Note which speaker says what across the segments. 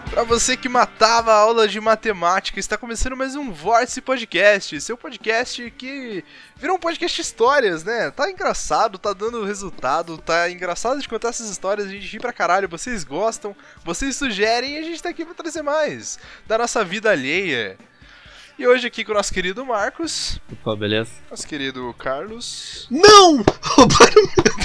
Speaker 1: Pra você que matava a aula de matemática, está começando mais um Vórtice Podcast, seu podcast que virou um podcast histórias, né? Tá engraçado, tá dando resultado, tá engraçado de contar essas histórias, a gente ri pra caralho, vocês gostam, vocês sugerem e a gente tá aqui pra trazer mais da nossa vida alheia. E hoje aqui com o nosso querido Marcos.
Speaker 2: Opa, beleza?
Speaker 1: Nosso querido Carlos.
Speaker 3: Não! Roubaram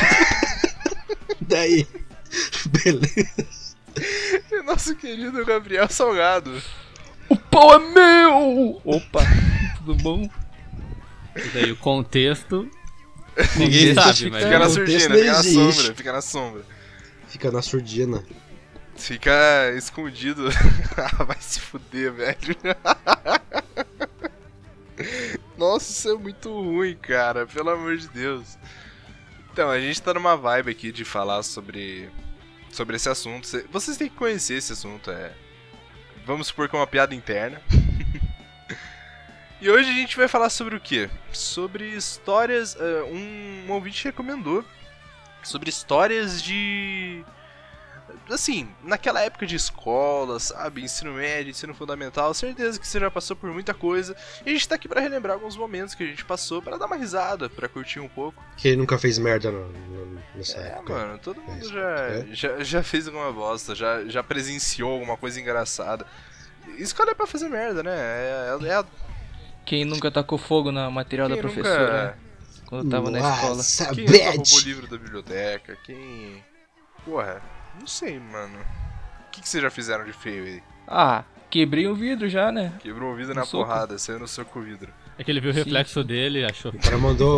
Speaker 3: Daí. Beleza.
Speaker 1: E nosso querido Gabriel Salgado.
Speaker 2: O pau é meu! Opa, tudo bom? E daí o contexto... Ninguém sabe, mas...
Speaker 1: Fica na surdina, fica na
Speaker 3: existe.
Speaker 1: sombra, fica na sombra.
Speaker 3: Fica na surdina.
Speaker 1: Fica escondido. Ah, vai se fuder, velho. Nossa, isso é muito ruim, cara. Pelo amor de Deus. Então, a gente tá numa vibe aqui de falar sobre esse assunto. Vocês têm que conhecer esse assunto. Vamos supor que é uma piada interna. E hoje a gente vai falar sobre o quê? Sobre histórias... um ouvinte recomendou. Sobre histórias de... Assim, naquela época de escola, sabe? Ensino médio, ensino fundamental, certeza que você já passou por muita coisa. E a gente tá aqui pra relembrar alguns momentos que a gente passou, pra dar uma risada, pra curtir um pouco.
Speaker 3: Quem nunca fez merda nessa época?
Speaker 1: Mano, todo mundo já fez alguma bosta, já presenciou alguma coisa engraçada. Escola é pra fazer merda, né?
Speaker 4: Quem nunca tacou fogo no material da professora, né? Quando tava na escola.
Speaker 1: Quem nunca roubou o livro da biblioteca? Quem... Porra... Não sei, mano. O que vocês já fizeram de feio aí?
Speaker 4: Ah, quebrei o vidro já, né?
Speaker 1: Quebrou o vidro na
Speaker 4: soco.
Speaker 1: porrada, saiu no soco o vidro.
Speaker 2: É que ele viu o reflexo dele e achou...
Speaker 3: O cara mandou...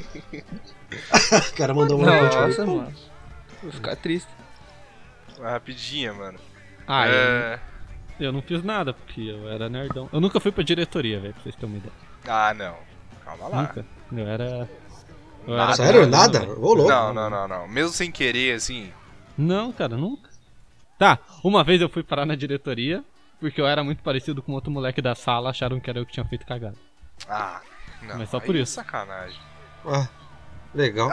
Speaker 3: O cara mandou uma
Speaker 4: Nossa, mano. Vou ficar triste.
Speaker 1: Uma rapidinha, mano.
Speaker 2: Eu não fiz nada, porque eu era nerdão. Eu nunca fui pra diretoria, velho, pra vocês terem uma ideia.
Speaker 1: Ah, não. Calma lá.
Speaker 2: Nunca. Eu era
Speaker 3: Sério?
Speaker 2: bom,
Speaker 3: Nada?
Speaker 2: velho.
Speaker 3: Ô, louco.
Speaker 1: Não. Mesmo sem querer, assim...
Speaker 2: Não, cara, nunca. Tá, uma vez eu fui parar na diretoria, porque eu era muito parecido com outro moleque da sala, acharam que era eu que tinha feito cagada.
Speaker 1: Ah, não.
Speaker 2: Mas só por
Speaker 1: aí
Speaker 2: isso.
Speaker 1: É sacanagem.
Speaker 3: Ah, legal.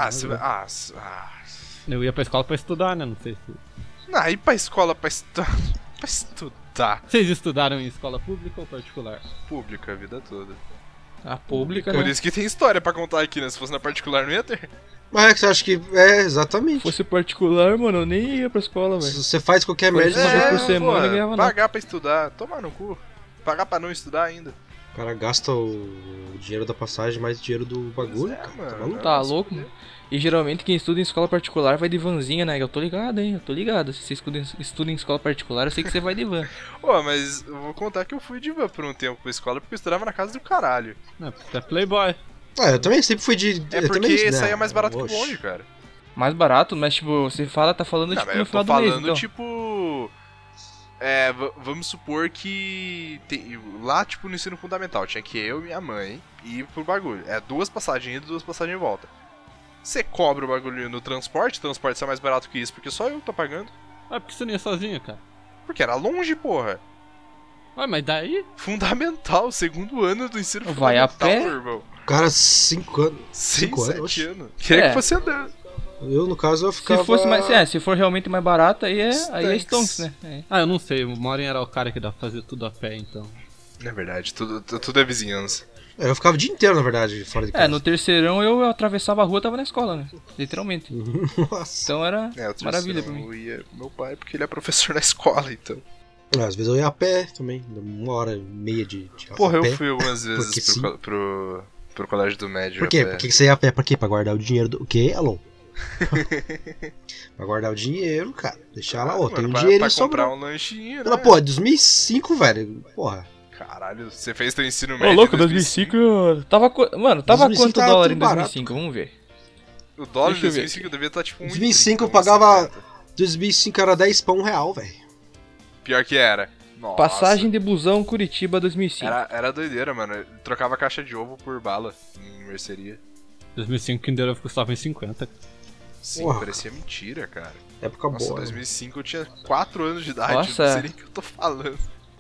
Speaker 2: Eu ia pra escola pra estudar, né, não sei se...
Speaker 1: Não, ir pra escola pra estudar.
Speaker 2: Vocês estudaram em escola pública ou particular?
Speaker 1: Pública a vida toda.
Speaker 4: A pública,
Speaker 1: Por
Speaker 4: né?
Speaker 1: isso que tem história pra contar aqui, né? Se fosse na particular não ia ter.
Speaker 3: Mas é que você acha que... É, exatamente.
Speaker 4: Se fosse particular, mano, eu nem ia pra escola, velho.
Speaker 3: Se você faz qualquer merda,
Speaker 4: Uma vez
Speaker 3: você
Speaker 4: por semana eu ganhava nada.
Speaker 1: pagar pra estudar, tomar no cu. Pagar pra não estudar ainda.
Speaker 3: O cara gasta o dinheiro da passagem mais dinheiro do bagulho, cara.
Speaker 1: mano.
Speaker 3: Tá maluco?
Speaker 4: Tá louco, mano? E geralmente quem estuda em escola particular vai de vanzinha, né? Eu tô ligado, hein? Eu tô ligado. Se você estuda em escola particular, eu sei que você vai de van.
Speaker 1: Pô, mas eu vou contar que eu fui de van por um tempo pra escola porque eu estudava na casa do caralho.
Speaker 2: Não, porque é playboy.
Speaker 3: Ah, eu também sempre fui de...
Speaker 1: É
Speaker 3: eu
Speaker 1: porque
Speaker 3: também,
Speaker 1: saía mais barato que o
Speaker 3: Oxe.
Speaker 1: bonde, cara.
Speaker 4: Mais barato, mas tipo, você tá falando
Speaker 1: Não,
Speaker 4: tipo
Speaker 1: mas
Speaker 4: no
Speaker 1: eu tô
Speaker 4: final do mês,
Speaker 1: falando,
Speaker 4: então.
Speaker 1: tipo... vamos supor que lá, tipo, no ensino fundamental, tinha que eu e minha mãe ir pro bagulho. 2 passagens ida e 2 passagens de volta. Você cobra o bagulho no transporte, o transporte sai mais barato que isso, porque só eu tô pagando.
Speaker 2: Ah, porque você não ia sozinho, cara.
Speaker 1: Porque era longe, porra.
Speaker 2: Ué, mas daí...
Speaker 1: Fundamental, segundo ano do ensino
Speaker 4: Vai a
Speaker 1: fundamental,
Speaker 4: pé?
Speaker 1: meu irmão.
Speaker 3: Cara, 5 anos.
Speaker 1: 6,
Speaker 3: 5 anos?
Speaker 1: 7
Speaker 3: Oxe.
Speaker 1: anos. Queria
Speaker 4: É.
Speaker 1: que fosse andando.
Speaker 3: Eu, no caso, eu ficava...
Speaker 4: Se fosse mais, se for realmente mais barato, aí é Stonks, né?
Speaker 2: Ah, eu não sei, o Morin era o cara que dá pra fazer tudo a pé, então...
Speaker 1: É verdade, tudo é vizinhança.
Speaker 3: Eu ficava o dia inteiro, na verdade, fora de casa.
Speaker 4: No terceirão eu atravessava a rua e tava na escola, né? Literalmente.
Speaker 3: Nossa.
Speaker 4: Então era
Speaker 1: O
Speaker 4: maravilha pra
Speaker 1: terceirão
Speaker 4: mim.
Speaker 1: eu ia com meu pai, porque ele é professor na escola, então.
Speaker 3: Às vezes eu ia a pé também, 1h30 de
Speaker 1: Porra,
Speaker 3: a pé.
Speaker 1: eu fui algumas
Speaker 3: Porque
Speaker 1: vezes
Speaker 3: sim.
Speaker 1: pro colégio do médio.
Speaker 3: Por quê?
Speaker 1: a pé.
Speaker 3: Por que você ia a pé? Pra quê? Pra guardar o dinheiro do... O quê, Alon? Pra guardar o dinheiro, cara. Deixar lá, ó, tem um dinheirinho
Speaker 1: pra comprar
Speaker 3: sobrando.
Speaker 1: um lanchinho, né?
Speaker 3: Ela, pô, 2005, velho. Porra.
Speaker 1: Caralho, você fez teu ensino
Speaker 4: Ô,
Speaker 1: médio
Speaker 4: louco,
Speaker 1: em
Speaker 4: 2005 tava... Mano, tava
Speaker 3: 2005
Speaker 4: quanto
Speaker 3: tava
Speaker 4: dólar
Speaker 3: tudo
Speaker 4: em
Speaker 3: barato,
Speaker 4: 2005? Vamos ver.
Speaker 1: O dólar em
Speaker 4: Deixa eu ver
Speaker 1: 2005 devia estar tipo
Speaker 3: 2005 eu
Speaker 1: 1,30,
Speaker 3: pagava...
Speaker 1: 1,50.
Speaker 3: 2005 era 10 pão, R$1, velho.
Speaker 1: Pior que era. Nossa.
Speaker 4: Passagem de busão Curitiba 2005.
Speaker 1: Era doideira, mano. Eu trocava caixa de ovo por bala em mercearia.
Speaker 2: 2005 Kinder custava em 50.
Speaker 1: Sim,
Speaker 3: Uau.
Speaker 1: parecia mentira, cara.
Speaker 3: Época
Speaker 1: Nossa,
Speaker 3: boa.
Speaker 1: 2005 eu tinha 4 anos de idade.
Speaker 4: Nossa.
Speaker 1: Eu não sei nem o que eu tô falando.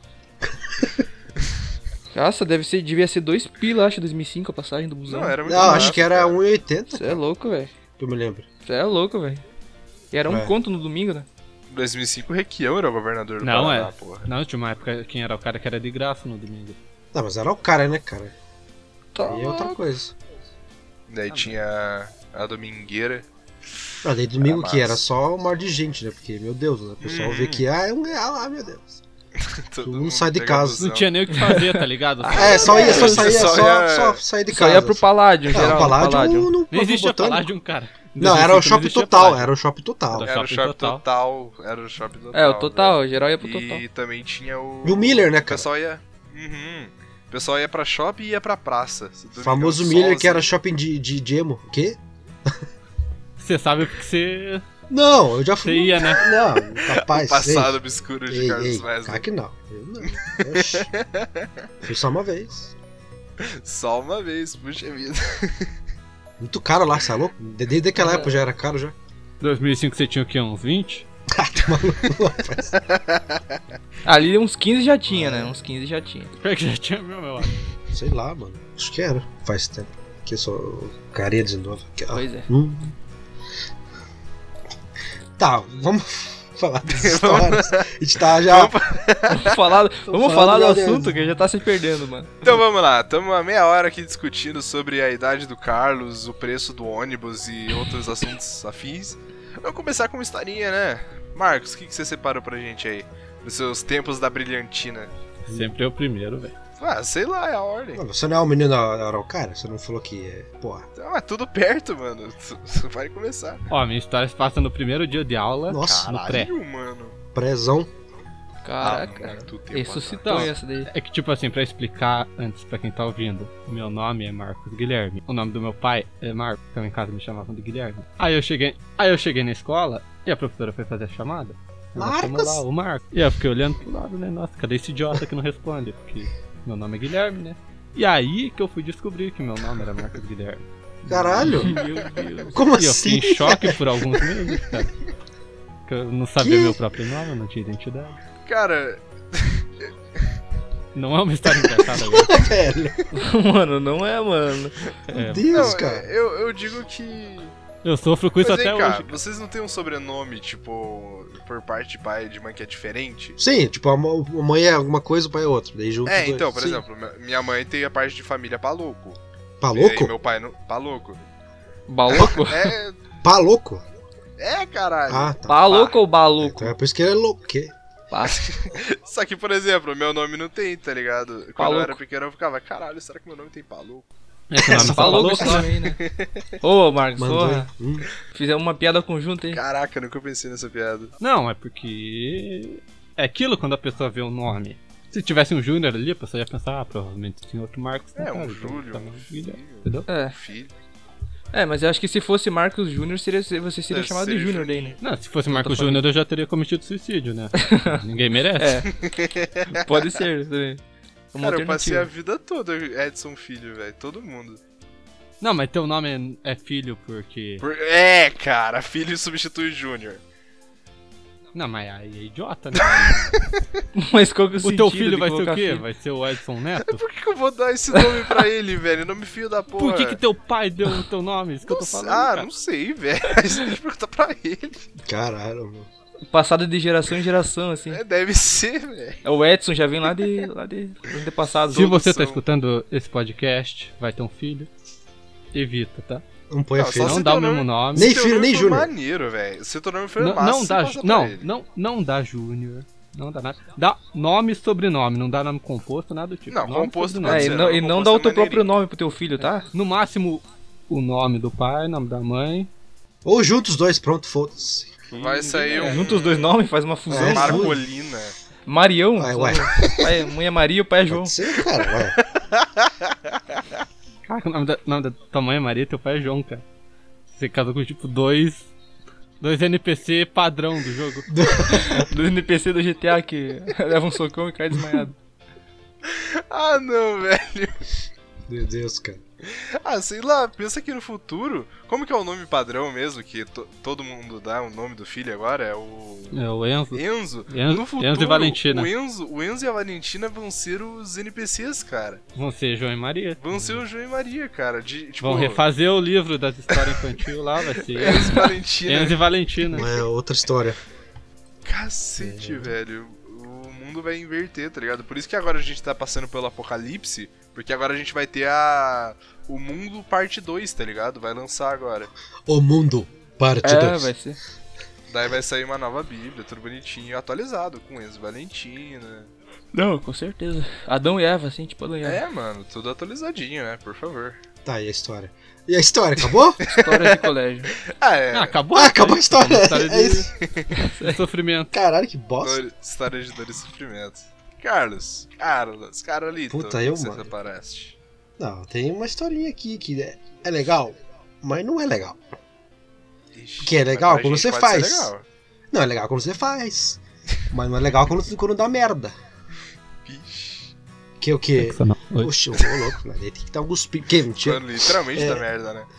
Speaker 4: Nossa, devia ser 2 pila, acho, 2005 a passagem do busão.
Speaker 1: Não, era muito
Speaker 3: Não,
Speaker 1: barato,
Speaker 3: acho que era
Speaker 1: cara.
Speaker 3: 1,80.
Speaker 4: Você é louco, velho.
Speaker 3: Que eu me lembro.
Speaker 4: Você é louco, velho. E era um
Speaker 3: É.
Speaker 4: conto no domingo, né?
Speaker 1: 2005 o Requião era o governador do
Speaker 2: Não,
Speaker 1: Paraná,
Speaker 2: é.
Speaker 1: porra.
Speaker 2: Não, tinha uma época quem era o cara que era de graça no domingo.
Speaker 3: Não, mas era o cara, né, cara?
Speaker 1: Tá.
Speaker 3: Aí é outra coisa.
Speaker 1: Daí tinha a Domingueira.
Speaker 3: Ah, daí domingo
Speaker 1: Era
Speaker 3: que era
Speaker 1: massa.
Speaker 3: só um mar de gente, né? Porque, meu Deus, né? O pessoal vê que é R$1, meu Deus.
Speaker 1: Todo
Speaker 3: mundo sai de
Speaker 1: pegava
Speaker 3: casa.
Speaker 1: busão.
Speaker 2: Não tinha nem o que fazer, tá ligado?
Speaker 3: É, só ia, só saía,
Speaker 1: Só
Speaker 3: só,
Speaker 1: ia-
Speaker 3: só sair de
Speaker 4: Só
Speaker 3: casa.
Speaker 4: ia pro Paládio,
Speaker 3: Não,
Speaker 4: geral.
Speaker 3: o Paládio
Speaker 4: Paládio.
Speaker 3: no
Speaker 2: Nem existia
Speaker 3: Botânico.
Speaker 2: Paládio, cara. Em
Speaker 3: Não, era o
Speaker 2: 2005
Speaker 3: shopping
Speaker 2: existia
Speaker 3: total,
Speaker 2: Paládio.
Speaker 3: era o shopping total.
Speaker 2: Era
Speaker 1: Era o shopping
Speaker 2: total.
Speaker 1: total. Era o shopping total.
Speaker 4: É, o total,
Speaker 1: velho.
Speaker 4: geral ia pro total.
Speaker 1: E também tinha o.
Speaker 3: E o Miller, né,
Speaker 1: O
Speaker 3: cara?
Speaker 1: pessoal ia. Uhum. O pessoal ia pra shopping e ia pra praça.
Speaker 3: O famoso
Speaker 1: Domingão,
Speaker 3: Miller que era
Speaker 1: solzinho.
Speaker 3: shopping de emo. O quê?
Speaker 2: Você sabe porque você
Speaker 3: Não, eu já fui.
Speaker 2: ia, né?
Speaker 3: Não, capaz.
Speaker 1: Passado obscuro de
Speaker 3: Ei,
Speaker 1: Carlos
Speaker 3: ei,
Speaker 1: Wesley.
Speaker 3: claro que não. Eu não. Oxi. Fui só uma vez.
Speaker 1: Só uma vez, puxa vida.
Speaker 3: Muito caro lá, você é louco? Desde aquela época já era caro já.
Speaker 2: 2005 você tinha o quê? Uns 20?
Speaker 3: Ah, tá maluco, rapaz.
Speaker 4: Ali uns 15 já tinha, né? Uns 15 já tinha.
Speaker 2: Pior que já tinha mesmo, eu acho.
Speaker 3: Sei lá, mano. Acho que era. Faz tempo. Aqui só carinha de novo. Aqui, ó.
Speaker 4: Pois é.
Speaker 3: Tá, vamos falar das histórias. A gente tá já.
Speaker 4: Vamos falar do assunto que já tá se perdendo, mano.
Speaker 1: Então vamos lá, estamos há meia hora aqui discutindo sobre a idade do Carlos, o preço do ônibus e outros assuntos afins. Vamos começar com uma historinha, né? Marcos, o que você separou pra gente aí? Dos seus tempos da brilhantina?
Speaker 2: Sempre é o primeiro, velho.
Speaker 1: Ah, sei lá, é a ordem.
Speaker 3: Não, você não é o menino da Araucária? Você não falou que é. Porra.
Speaker 1: Então, é tudo perto, mano. Vai começar.
Speaker 2: Ó, a minha história se passa no primeiro dia de aula.
Speaker 3: Nossa,
Speaker 2: no pré.
Speaker 1: Caralho, mano.
Speaker 3: Prezão.
Speaker 4: Caraca.
Speaker 1: Muito tempo
Speaker 4: Ressuscitou
Speaker 2: atrás.
Speaker 4: essa daí.
Speaker 2: É que, tipo assim, pra explicar antes pra quem tá ouvindo, meu nome é Marcos Guilherme. O nome do meu pai é Marcos, então em casa me chamavam de Guilherme. Aí eu cheguei na escola e a professora foi fazer a chamada. Nós
Speaker 3: Marcos?
Speaker 2: fomos lá, o Marcos. E eu fiquei olhando pro lado, né? Nossa, cadê esse idiota que não responde? Porque meu nome é Guilherme, né? E aí que eu fui descobrir que meu nome era Marcos Guilherme.
Speaker 3: Caralho.
Speaker 2: Meu Deus.
Speaker 3: Como
Speaker 2: E eu
Speaker 3: assim?
Speaker 2: fiquei em choque por alguns meses, cara. Porque eu não sabia
Speaker 3: Que?
Speaker 2: meu próprio nome, eu não tinha identidade.
Speaker 1: Cara,
Speaker 2: Não é uma história engraçada, velho.
Speaker 3: Velho.
Speaker 4: Mano, não é, mano.
Speaker 2: É,
Speaker 3: Meu Deus,
Speaker 1: não,
Speaker 3: cara.
Speaker 1: eu digo que...
Speaker 2: eu sofro com isso
Speaker 1: Mas
Speaker 2: até
Speaker 1: vem cá,
Speaker 2: hoje.
Speaker 1: vocês não têm um sobrenome, tipo, por parte de pai e de mãe que é diferente?
Speaker 3: Sim, tipo, a mãe é alguma coisa, o pai é outra. Daí junto
Speaker 1: É,
Speaker 3: os dois.
Speaker 1: então, por
Speaker 3: Sim.
Speaker 1: exemplo, minha mãe tem a parte de família Paloco.
Speaker 3: Paloco?
Speaker 1: E meu pai não... Paloco.
Speaker 4: Balouco?
Speaker 3: Paloco?
Speaker 1: Caralho.
Speaker 3: Ah, tá.
Speaker 4: Balouco ou baluco?
Speaker 3: Então é por isso que ele é louco. Que?
Speaker 1: Só que, por exemplo, meu nome não tem, tá ligado? Quando
Speaker 4: Paloco.
Speaker 1: eu era pequeno eu ficava, caralho, será que meu nome tem Paloco?
Speaker 2: Esse nome é
Speaker 4: Balouco
Speaker 2: Balouco,
Speaker 4: esse nome aí, né? Ô, Marcos,
Speaker 3: Mandou,
Speaker 4: porra.
Speaker 3: hein?
Speaker 4: Fizemos uma piada conjunta aí.
Speaker 1: Caraca, nunca pensei nessa piada.
Speaker 2: Não, é porque é aquilo quando a pessoa vê o nome. Se tivesse um Júnior ali, a pessoa ia pensar, ah, provavelmente tem outro Marcos.
Speaker 1: É,
Speaker 2: cara,
Speaker 1: um
Speaker 2: então
Speaker 1: Júlio,
Speaker 2: tá
Speaker 1: um
Speaker 2: no
Speaker 1: filho.
Speaker 2: Guilherme, entendeu?
Speaker 4: É.
Speaker 1: Filho.
Speaker 4: É, mas eu acho que se fosse Marcos Júnior, você seria
Speaker 1: Deve
Speaker 4: chamado
Speaker 1: ser
Speaker 4: de Júnior daí, né?
Speaker 2: Não, se fosse Marcos
Speaker 4: falando.
Speaker 2: Júnior eu já teria cometido suicídio, né? Ninguém merece.
Speaker 4: É. Pode ser também. Uma
Speaker 1: Cara, eu passei a
Speaker 4: alternativa.
Speaker 1: vida toda Edson Filho, velho. Todo mundo.
Speaker 2: Não, mas teu nome é filho porque...
Speaker 1: É, cara, filho substitui Júnior.
Speaker 2: Não, mas aí é idiota, né?
Speaker 4: Mas qual que é o
Speaker 2: O
Speaker 4: sentido
Speaker 2: teu filho
Speaker 4: de
Speaker 2: vai ser o
Speaker 4: colocar
Speaker 2: quê?
Speaker 4: filho?
Speaker 2: Vai ser o Edson Neto?
Speaker 1: Por que eu vou dar esse nome pra ele, velho? Nome filho da porra.
Speaker 2: Por que teu pai deu o teu nome? Isso que eu tô falando, cara.
Speaker 1: não sei, velho. Você tem que perguntar pra ele.
Speaker 3: Caralho, mano.
Speaker 4: Passado de geração em geração, assim.
Speaker 1: É, deve ser, velho.
Speaker 4: O Edson já vem lá de antepassado.
Speaker 2: Se você tá
Speaker 1: são-
Speaker 2: escutando esse podcast, vai ter um filho, evita, tá?
Speaker 3: Não põe a
Speaker 1: Não,
Speaker 3: filha.
Speaker 1: só
Speaker 2: Não
Speaker 1: se
Speaker 2: dá
Speaker 1: teu
Speaker 2: o mesmo
Speaker 1: nome-
Speaker 2: nome.
Speaker 3: Nem
Speaker 1: Se teu
Speaker 3: filho,
Speaker 1: nome
Speaker 3: nem
Speaker 1: for
Speaker 3: Júnior.
Speaker 1: maneiro, velho. Se teu nome for
Speaker 2: Não,
Speaker 1: massa,
Speaker 2: não dá,
Speaker 1: você passa pra ele.
Speaker 2: não dá Júnior, não dá nada. Dá nome e sobrenome, não dá nome composto, nada do tipo.
Speaker 1: Não,
Speaker 2: Nome e
Speaker 1: composto
Speaker 2: sobrenome.
Speaker 1: pode
Speaker 4: É,
Speaker 1: ser,
Speaker 4: e não
Speaker 1: composto
Speaker 4: dá
Speaker 1: é
Speaker 4: o teu próprio
Speaker 1: maneirinho.
Speaker 4: nome pro teu filho, tá?
Speaker 2: No máximo, o nome do pai, nome da mãe.
Speaker 3: Ou juntos os dois, pronto, foda-se.
Speaker 1: Vai sair um...
Speaker 4: Junta os dois nomes, faz uma fusão.
Speaker 3: É,
Speaker 1: Marcolina.
Speaker 4: Marião.
Speaker 3: Ué, ué.
Speaker 4: Pai, mãe é Maria, o pai é João.
Speaker 3: Pode ser, cara, ué.
Speaker 2: Caraca, o nome da tua mãe é Maria e teu pai é João, cara. Você casou com tipo dois NPC padrão do jogo.
Speaker 4: Do NPC do GTA que leva um socão e cai desmaiado.
Speaker 1: Ah, não, velho.
Speaker 3: Meu Deus, cara.
Speaker 1: Ah, sei lá, pensa que no futuro, como que é o nome padrão mesmo, que todo mundo dá o nome do filho agora? É o...
Speaker 2: É o Enzo.
Speaker 1: Enzo.
Speaker 2: Enzo-
Speaker 1: No futuro,
Speaker 2: Enzo e Valentina.
Speaker 1: O Enzo e a Valentina vão ser os NPCs, cara.
Speaker 2: Vão ser João e Maria.
Speaker 1: Vão ser o João e Maria, cara. Tipo,
Speaker 2: Vão refazer o livro das histórias infantil lá, vai ser
Speaker 1: Enzo e Valentina.
Speaker 2: Enzo e Valentina.
Speaker 3: É outra história.
Speaker 1: Cacete, velho. O mundo vai inverter, tá ligado? Por isso que agora a gente tá passando pelo apocalipse, porque agora a gente vai ter o Mundo Parte 2, tá ligado? Vai lançar agora.
Speaker 3: O Mundo, parte 2.
Speaker 4: vai ser.
Speaker 1: Daí vai sair uma nova Bíblia, tudo bonitinho, atualizado, com Enzo Valentina.
Speaker 4: Não, com certeza. Adão e Eva, assim, tipo Adão e Eva.
Speaker 1: É, mano, tudo atualizadinho, né? Por favor.
Speaker 3: Tá, e a história? E a história, acabou?
Speaker 4: História de colégio.
Speaker 1: Ah, é.
Speaker 2: Acabou?
Speaker 3: Acabou a história.
Speaker 2: História
Speaker 3: É isso.
Speaker 2: de sofrimento.
Speaker 3: Caralho, que bosta.
Speaker 1: História de dor e sofrimento. Carolito,
Speaker 3: Puta, eu,
Speaker 1: você
Speaker 3: mano.
Speaker 1: aparece.
Speaker 3: Não, tem uma historinha aqui que é legal, mas não é legal.
Speaker 1: Ixi,
Speaker 3: Que é legal
Speaker 1: mas pra
Speaker 3: quando
Speaker 1: gente
Speaker 3: você
Speaker 1: pode ser
Speaker 3: faz.
Speaker 1: legal.
Speaker 3: Não, é legal quando você faz. Mas não é legal quando dá merda.
Speaker 1: Vixe,
Speaker 3: Que o quê?
Speaker 2: Oi.
Speaker 3: Oxe, ô louco, né? Tem que dar alguns que mentira.
Speaker 1: quando literalmente dá merda, né?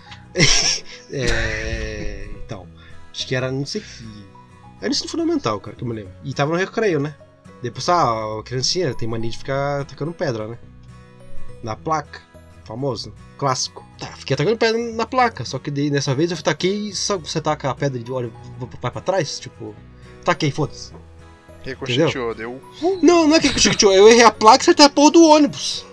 Speaker 3: Então, acho que era, não sei que. Era ensino fundamental, cara, que eu me lembro. E tava no recreio, né? Depois, a criancinha tem mania de ficar tacando pedra, né? Na placa. Famoso, clássico. Tá, fiquei atacando pedra na placa. Só que dessa vez eu taquei e sabe, você taca a pedra de olho vai pra trás? Tipo, taquei, foda-se.
Speaker 1: Ricocheteou, deu.
Speaker 3: Não, não é que eu errei a placa e acertei a porra do ônibus.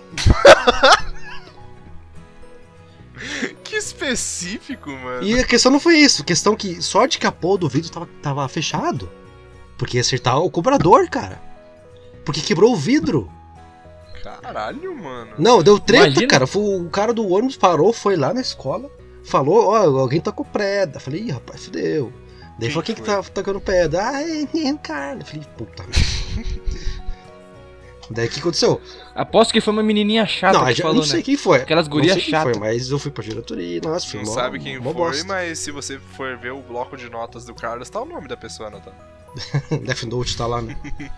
Speaker 1: Que específico, mano.
Speaker 3: E a questão não foi isso. A questão que sorte que a porra do vidro tava fechado. Porque ia acertar o cobrador, cara. Porque quebrou o vidro.
Speaker 1: Caralho, mano.
Speaker 3: Não, deu treta,
Speaker 4: Imagina.
Speaker 3: cara. O cara do ônibus parou, foi lá na escola, falou, ó, alguém tacou pedra. Falei, ih, rapaz, fudeu. Daí
Speaker 1: Quem
Speaker 3: falou, quem que
Speaker 1: foi?
Speaker 3: tá tacando pedra? Ah, é o cara. Falei, puta merda. Daí o que aconteceu?
Speaker 4: Aposto que foi uma menininha chata
Speaker 3: Não,
Speaker 4: que
Speaker 3: eu
Speaker 4: falou,
Speaker 3: não sei
Speaker 4: né?
Speaker 3: quem foi.
Speaker 4: Aquelas
Speaker 3: Não
Speaker 4: gurias
Speaker 3: sei quem
Speaker 4: chatas.
Speaker 3: foi, mas eu fui pra diretoria, nossa, foi
Speaker 1: Não
Speaker 3: mó-
Speaker 1: sabe quem
Speaker 3: mó
Speaker 1: foi,
Speaker 3: bosta.
Speaker 1: mas se você for ver o bloco de notas do Carlos, tá o nome da pessoa anotado.
Speaker 3: Death Note tá lá, né?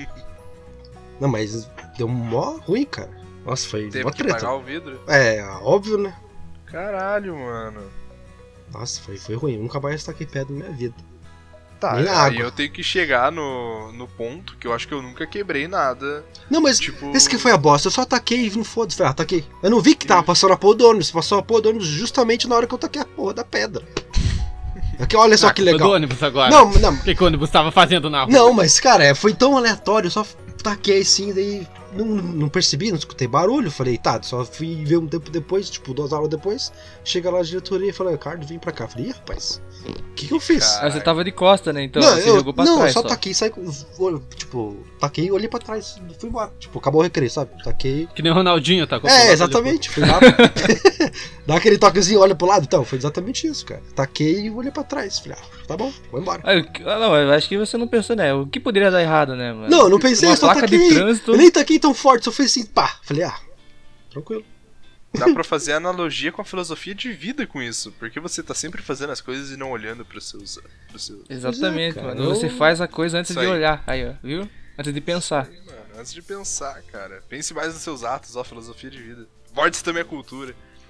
Speaker 3: Não, mas deu mó ruim, cara. Nossa, foi
Speaker 1: Teve
Speaker 3: mó
Speaker 1: que
Speaker 3: treta.
Speaker 1: pagar o vidro.
Speaker 3: É, óbvio, né?
Speaker 1: Caralho, mano.
Speaker 3: Nossa, foi ruim. Eu nunca mais taquei pedra na minha vida.
Speaker 1: Tá,
Speaker 3: Nem na
Speaker 1: aí
Speaker 3: água.
Speaker 1: eu tenho que chegar no ponto que eu acho que eu nunca quebrei nada.
Speaker 3: Não, mas
Speaker 1: Tipo.
Speaker 3: esse que foi a bosta. Eu só ataquei e não foda-se. Falei, ataquei. Eu não vi que tava passando a porra do ônibus. Passou a porra do ônibus justamente na hora que eu taquei a porra da pedra. Aqui, olha só que
Speaker 2: Foi do
Speaker 3: legal.
Speaker 2: ônibus agora.
Speaker 3: Não, não.
Speaker 2: O que o ônibus tava fazendo na rua?
Speaker 3: Não, mas, cara, foi tão aleatório. Eu só taquei assim, daí não percebi, não escutei barulho. Falei, tá, só fui ver um tempo depois, tipo, 2 aulas depois. Chega lá a diretoria e fala, Ricardo, vem pra cá. Falei, ih, rapaz, o que eu fiz?
Speaker 1: Cara,
Speaker 4: Ah, você tava de costa, né? Então
Speaker 3: não,
Speaker 4: você jogou pra
Speaker 3: não,
Speaker 4: trás
Speaker 3: eu só
Speaker 4: só.
Speaker 3: taquei, saí com. Tipo, taquei, olhei pra trás, fui embora. Tipo, acabou o recreio, sabe? Taquei.
Speaker 2: Que nem o Ronaldinho tá com
Speaker 3: É, exatamente. Fui lá. Dá aquele toquezinho, olha pro lado. Então, foi exatamente isso, cara. Taquei e olhei pra trás. Falei, tá bom, vou embora.
Speaker 4: Não, eu acho que você não pensou, né? O que poderia dar errado, né, mano?
Speaker 3: Não, eu não pensei,
Speaker 4: Uma
Speaker 3: eu só
Speaker 4: placa
Speaker 3: taquei.
Speaker 4: de trânsito.
Speaker 3: Eu nem taquei tão forte, só fui assim, pá. Falei, tranquilo.
Speaker 1: dá pra fazer analogia com a filosofia de vida com isso. Porque você tá sempre fazendo as coisas e não olhando pros seus.
Speaker 4: Exatamente,
Speaker 3: Pois é, cara,
Speaker 4: mano. Você faz a coisa antes
Speaker 1: Isso
Speaker 4: de
Speaker 1: aí.
Speaker 4: olhar. Aí, ó, viu? Antes de pensar.
Speaker 1: Mano, antes de pensar, cara. Pense mais nos seus atos, ó, filosofia de vida. Mortes também é cultura.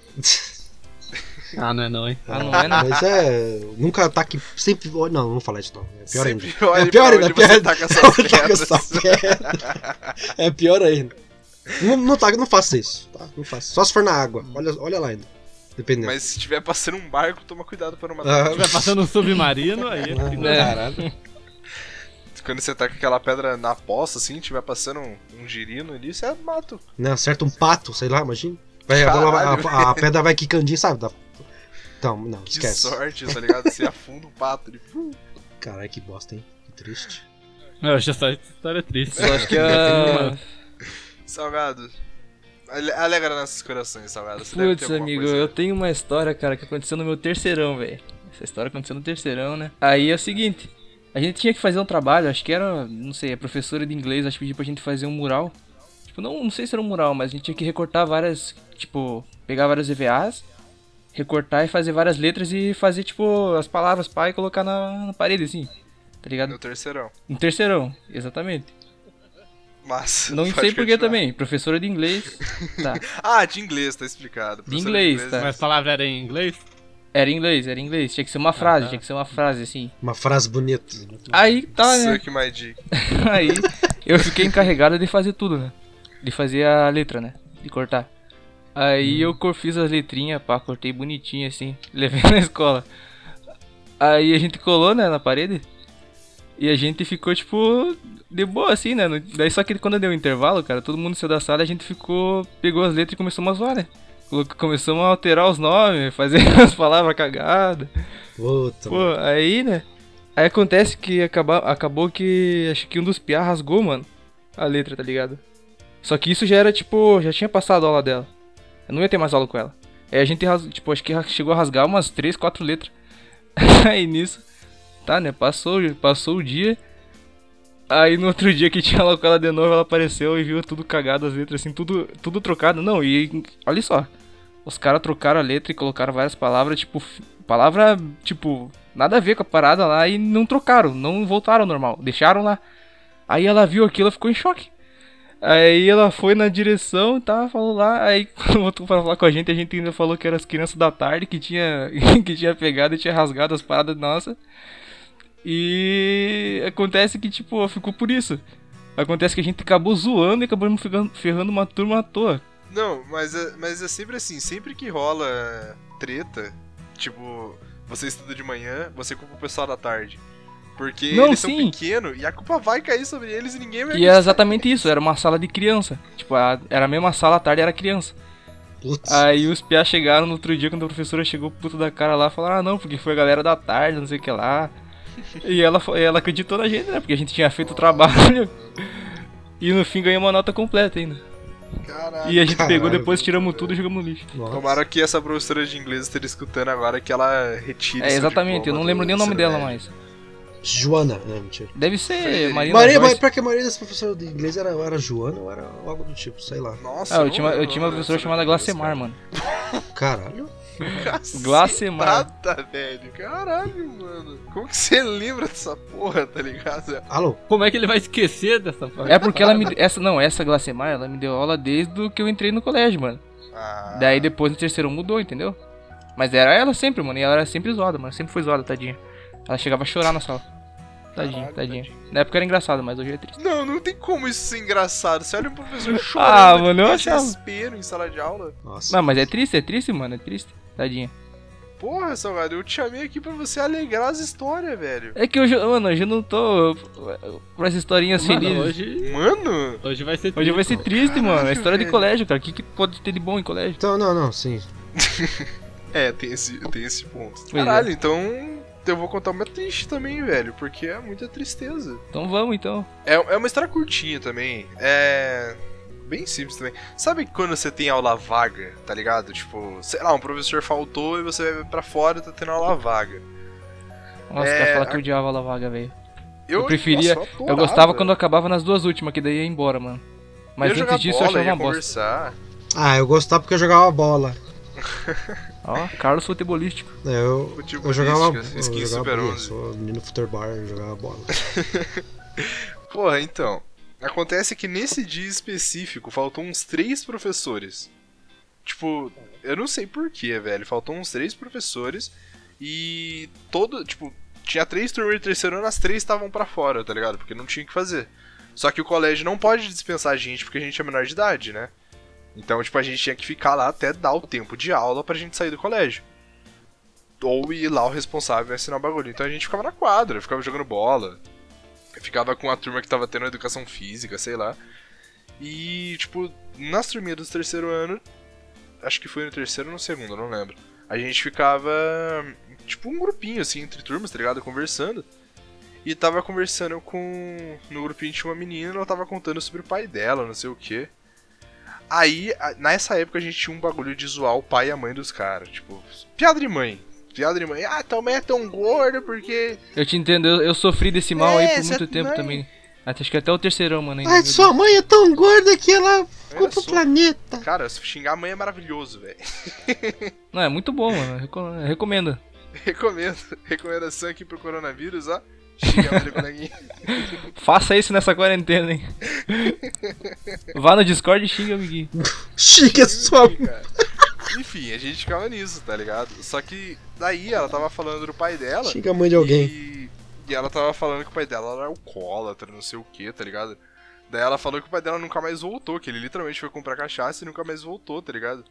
Speaker 2: Ah, não é não, hein?
Speaker 4: Ah, não é, não.
Speaker 3: Mas nunca ataque. Sempre. Não, não vou falar isso, não. É pior ainda.
Speaker 1: Sempre olhe
Speaker 3: É pior
Speaker 1: pra
Speaker 3: ainda,
Speaker 1: onde
Speaker 3: pior
Speaker 1: você
Speaker 3: ainda.
Speaker 1: taca essas
Speaker 3: Taca
Speaker 1: pedras.
Speaker 3: essa pedra. É pior ainda. Não faça isso, tá? Não faça. Só se for na água. Olha lá ainda. Dependendo.
Speaker 1: Mas se tiver passando um barco, toma cuidado pra não matar.
Speaker 2: Se vai passando um submarino, aí é perigoso.
Speaker 3: Caralho.
Speaker 1: Quando você taca aquela pedra na poça, assim, tiver passando um girino ali, você mata.
Speaker 3: Né, acerta um pato, sei lá, imagina.
Speaker 1: Caralho.
Speaker 3: A pedra vai quicandinho, sabe? Então, não,
Speaker 1: Que
Speaker 3: esquece.
Speaker 1: sorte, tá ligado? Você afunda o pato. Ele...
Speaker 3: Caralho, que bosta, hein? Que triste.
Speaker 2: Eu acho essa história triste.
Speaker 4: Eu acho que a.
Speaker 1: Salgado. Alegra nossos corações, Salgado. Você deve ter
Speaker 4: Putz,
Speaker 1: alguma
Speaker 4: amigo,
Speaker 1: coisa.
Speaker 4: eu tenho uma história, cara, que aconteceu no meu terceirão, velho. Essa história aconteceu no terceirão, né? Aí é o seguinte, a gente tinha que fazer um trabalho, acho que era, não sei, a professora de inglês, acho que pediu pra gente fazer um mural. Tipo, não sei se era um mural, mas a gente tinha que recortar várias, tipo, pegar várias EVAs, recortar e fazer várias letras e fazer, tipo, as palavras pá e colocar na parede, assim, tá ligado?
Speaker 1: No terceirão.
Speaker 4: No terceirão, exatamente.
Speaker 1: Mas.
Speaker 4: Não sei porquê também, professora de inglês, tá.
Speaker 1: Ah, de inglês, tá explicado.
Speaker 4: De
Speaker 1: Professor
Speaker 4: inglês, tá.
Speaker 2: Mas a palavra era em inglês?
Speaker 4: Era inglês, tinha que ser uma frase, tinha que ser uma frase, assim.
Speaker 3: Uma frase bonita.
Speaker 4: Aí tá, né?
Speaker 1: Suck my dick.
Speaker 4: Aí eu fiquei encarregado de fazer tudo, né? De fazer a letra, né? De cortar. Aí eu fiz as letrinhas, pá, cortei bonitinho assim, levei na escola. Aí a gente colou, né, na parede. E a gente ficou, tipo, de boa, assim, né? Daí só que quando deu o intervalo, cara, todo mundo saiu da sala, a gente pegou as letras e começou a zoar, né? Começamos a alterar os nomes, fazer as palavras cagadas.
Speaker 3: Puta,
Speaker 4: Pô, aí, né? Aí acontece que acabou que acho que um dos piá rasgou, mano, a letra, tá ligado? Só que isso já era, tipo, já tinha passado a aula dela. Eu não ia ter mais aula com ela. Aí a gente, tipo, acho que chegou a rasgar umas 3, 4 letras. Aí nisso, tá, né? Passou o dia. Aí no outro dia que tinha aula com ela de novo, ela apareceu e viu tudo cagado, as letras, assim, tudo trocado. Não, e olha só. Os caras trocaram a letra e colocaram várias palavras, tipo, nada a ver com a parada lá e não trocaram, não voltaram ao normal, deixaram lá. Aí ela viu aquilo e ficou em choque. Aí ela foi na direção, tá, falou lá, aí quando voltou pra falar com a gente ainda falou que eram as crianças da tarde que tinha pegado e tinha rasgado as paradas nossas. E acontece que, tipo, ficou por isso. Acontece que a gente acabou zoando e acabamos ferrando uma turma à toa.
Speaker 1: Não, mas é sempre assim, sempre que rola treta, tipo, você estuda de manhã, você culpa o pessoal da tarde. Porque
Speaker 4: não,
Speaker 1: eles
Speaker 4: sim.
Speaker 1: são pequenos e a culpa vai cair sobre eles e ninguém vai...
Speaker 4: E é exatamente isso, era uma sala de criança. Tipo, era a mesma sala, à tarde era criança.
Speaker 3: Putz.
Speaker 4: Aí os piá chegaram no outro dia, quando a professora chegou puto da cara lá, falaram, não, porque foi a galera da tarde, não sei o que lá. E ela acreditou na gente, né, porque a gente tinha feito o trabalho. E no fim ganhamos uma nota completa ainda.
Speaker 1: Caralho.
Speaker 4: E a gente pegou depois, tiramos tudo e jogamos no lixo.
Speaker 3: Nossa.
Speaker 1: Tomara que essa professora de inglês esteja escutando agora, que ela retire
Speaker 4: É,
Speaker 1: seu
Speaker 4: exatamente, eu
Speaker 1: diploma
Speaker 4: não lembro nem o
Speaker 1: do
Speaker 4: nome
Speaker 1: ensino
Speaker 4: dela
Speaker 1: médio.
Speaker 4: mais.
Speaker 3: Joana, não, mentira.
Speaker 4: Deve ser Marina
Speaker 3: Maria,
Speaker 4: Joyce.
Speaker 3: porque a maioria das professoras de inglês era Joana ou era algo do tipo, sei lá.
Speaker 1: Nossa,
Speaker 4: Ah, eu
Speaker 1: não
Speaker 4: tinha
Speaker 1: lembro
Speaker 4: uma professora
Speaker 1: dessa
Speaker 4: chamada
Speaker 1: inglês,
Speaker 4: Glacemar,
Speaker 1: cara.
Speaker 4: mano.
Speaker 3: Caralho.
Speaker 4: Glacemar.
Speaker 1: Cacetada, velho. Caralho, mano. Como que você lembra dessa porra, tá ligado?
Speaker 3: Alô?
Speaker 2: Como é que ele vai esquecer dessa parte?
Speaker 4: É porque ela me... Essa Glacemar, ela me deu aula desde que eu entrei no colégio, mano.
Speaker 1: Ah,
Speaker 4: Daí depois no terceiro mudou, entendeu? Mas era ela sempre, mano. E ela era sempre zoada, mano. Sempre foi zoada, tadinha. Ela chegava a chorar na sala. Tadinha,
Speaker 1: Caralho,
Speaker 4: tadinha. Na época era engraçado, mas hoje é triste.
Speaker 1: Não tem como isso ser engraçado. Você olha um professor
Speaker 4: Ah,
Speaker 1: chorando
Speaker 4: mano, eu
Speaker 1: de
Speaker 4: achava.
Speaker 1: desespero em sala de aula.
Speaker 3: Nossa.
Speaker 4: Não, mas é triste, mano. É triste. Tadinha.
Speaker 1: Porra, Salgado, eu te chamei aqui pra você alegrar as histórias, velho.
Speaker 4: É que hoje, mano, hoje eu não tô pra essas historinhas
Speaker 2: Mano,
Speaker 4: felizes.
Speaker 1: Mano?
Speaker 2: hoje vai ser
Speaker 4: Hoje vai ser triste, mano. É
Speaker 1: Caralho,
Speaker 4: história de
Speaker 1: velho.
Speaker 4: colégio, cara. O que pode ter de bom em colégio?
Speaker 3: Então, não, sim.
Speaker 1: É, tem esse ponto.
Speaker 4: Pois é.
Speaker 1: Caralho, então eu vou contar uma triste também, velho, porque é muita tristeza.
Speaker 4: Então vamos, então.
Speaker 1: É uma história curtinha também. É. Bem simples também. Sabe quando você tem aula vaga, tá ligado? Tipo, sei lá, um professor faltou e você vai pra fora e tá tendo aula vaga.
Speaker 4: Nossa,
Speaker 1: É,
Speaker 4: quero falar que eu odiava a vaga, velho. Eu
Speaker 1: Nossa,
Speaker 4: preferia.
Speaker 1: eu
Speaker 4: Eu
Speaker 1: adorava.
Speaker 4: gostava quando acabava nas duas últimas, que daí ia embora, mano. Mas
Speaker 1: ia jogar
Speaker 4: antes disso
Speaker 1: bola,
Speaker 4: eu achava
Speaker 1: ia
Speaker 4: uma bosta.
Speaker 1: conversar.
Speaker 3: Ah, eu gostava porque eu jogava bola.
Speaker 4: Ó, Carlos futebolístico.
Speaker 3: Eu
Speaker 1: Futebolística,
Speaker 3: jogava.
Speaker 1: skin
Speaker 3: Eu
Speaker 1: Super
Speaker 3: jogava
Speaker 1: 11.
Speaker 3: sou menino futebol, eu jogava bola.
Speaker 1: Porra, então. Acontece que nesse dia específico faltou uns 3 professores. Tipo, eu não sei porquê, velho. Faltou uns 3 professores e tipo, tinha 3 turmas de terceiro ano, as 3 estavam pra fora, tá ligado? Porque não tinha o que fazer. Só que o colégio não pode dispensar a gente porque a gente é menor de idade, né? Então, tipo, a gente tinha que ficar lá até dar o tempo de aula pra gente sair do colégio. Ou ir lá o responsável e assinar o bagulho. Então a gente ficava na quadra, ficava jogando bola. Ficava com a turma que tava tendo educação física, sei lá. E, tipo, nas turminhas do terceiro ano, acho que foi no terceiro ou no segundo, não lembro. A gente ficava, tipo, um grupinho, assim, entre turmas, tá ligado? Conversando. E tava conversando com... No grupinho tinha uma menina, ela tava contando sobre o pai dela, não sei o quê. Aí, nessa época, a gente tinha um bagulho de zoar o pai e a mãe dos caras. Tipo, piada de mãe. Piada de mãe. Ah, tua mãe é tão gorda porque...
Speaker 4: Eu te entendo, eu sofri desse mal aí por
Speaker 1: cê
Speaker 4: muito tempo
Speaker 1: mãe.
Speaker 4: também. Acho que até o terceirão, mano. Ainda.
Speaker 3: Ai, sua mãe é tão gorda que ela ficou pro
Speaker 1: só.
Speaker 3: planeta.
Speaker 1: Cara, xingar a mãe é maravilhoso, velho.
Speaker 4: Não, é muito bom, mano. Recomendo.
Speaker 1: Recomendação aqui pro coronavírus, ó. Xinga a mãe do coleguinha.
Speaker 4: Faça isso nessa quarentena, hein. Vá no Discord e xinga, amiguinho.
Speaker 3: Chica sua mãe.
Speaker 1: Cara. Enfim, a gente ficava nisso, tá ligado? Só que daí ela tava falando do pai dela.
Speaker 3: Chica a mãe de alguém.
Speaker 1: E ela tava falando que o pai dela era alcoólatra, não sei o que, tá ligado? Daí ela falou que o pai dela nunca mais voltou, que ele literalmente foi comprar cachaça e nunca mais voltou, tá ligado?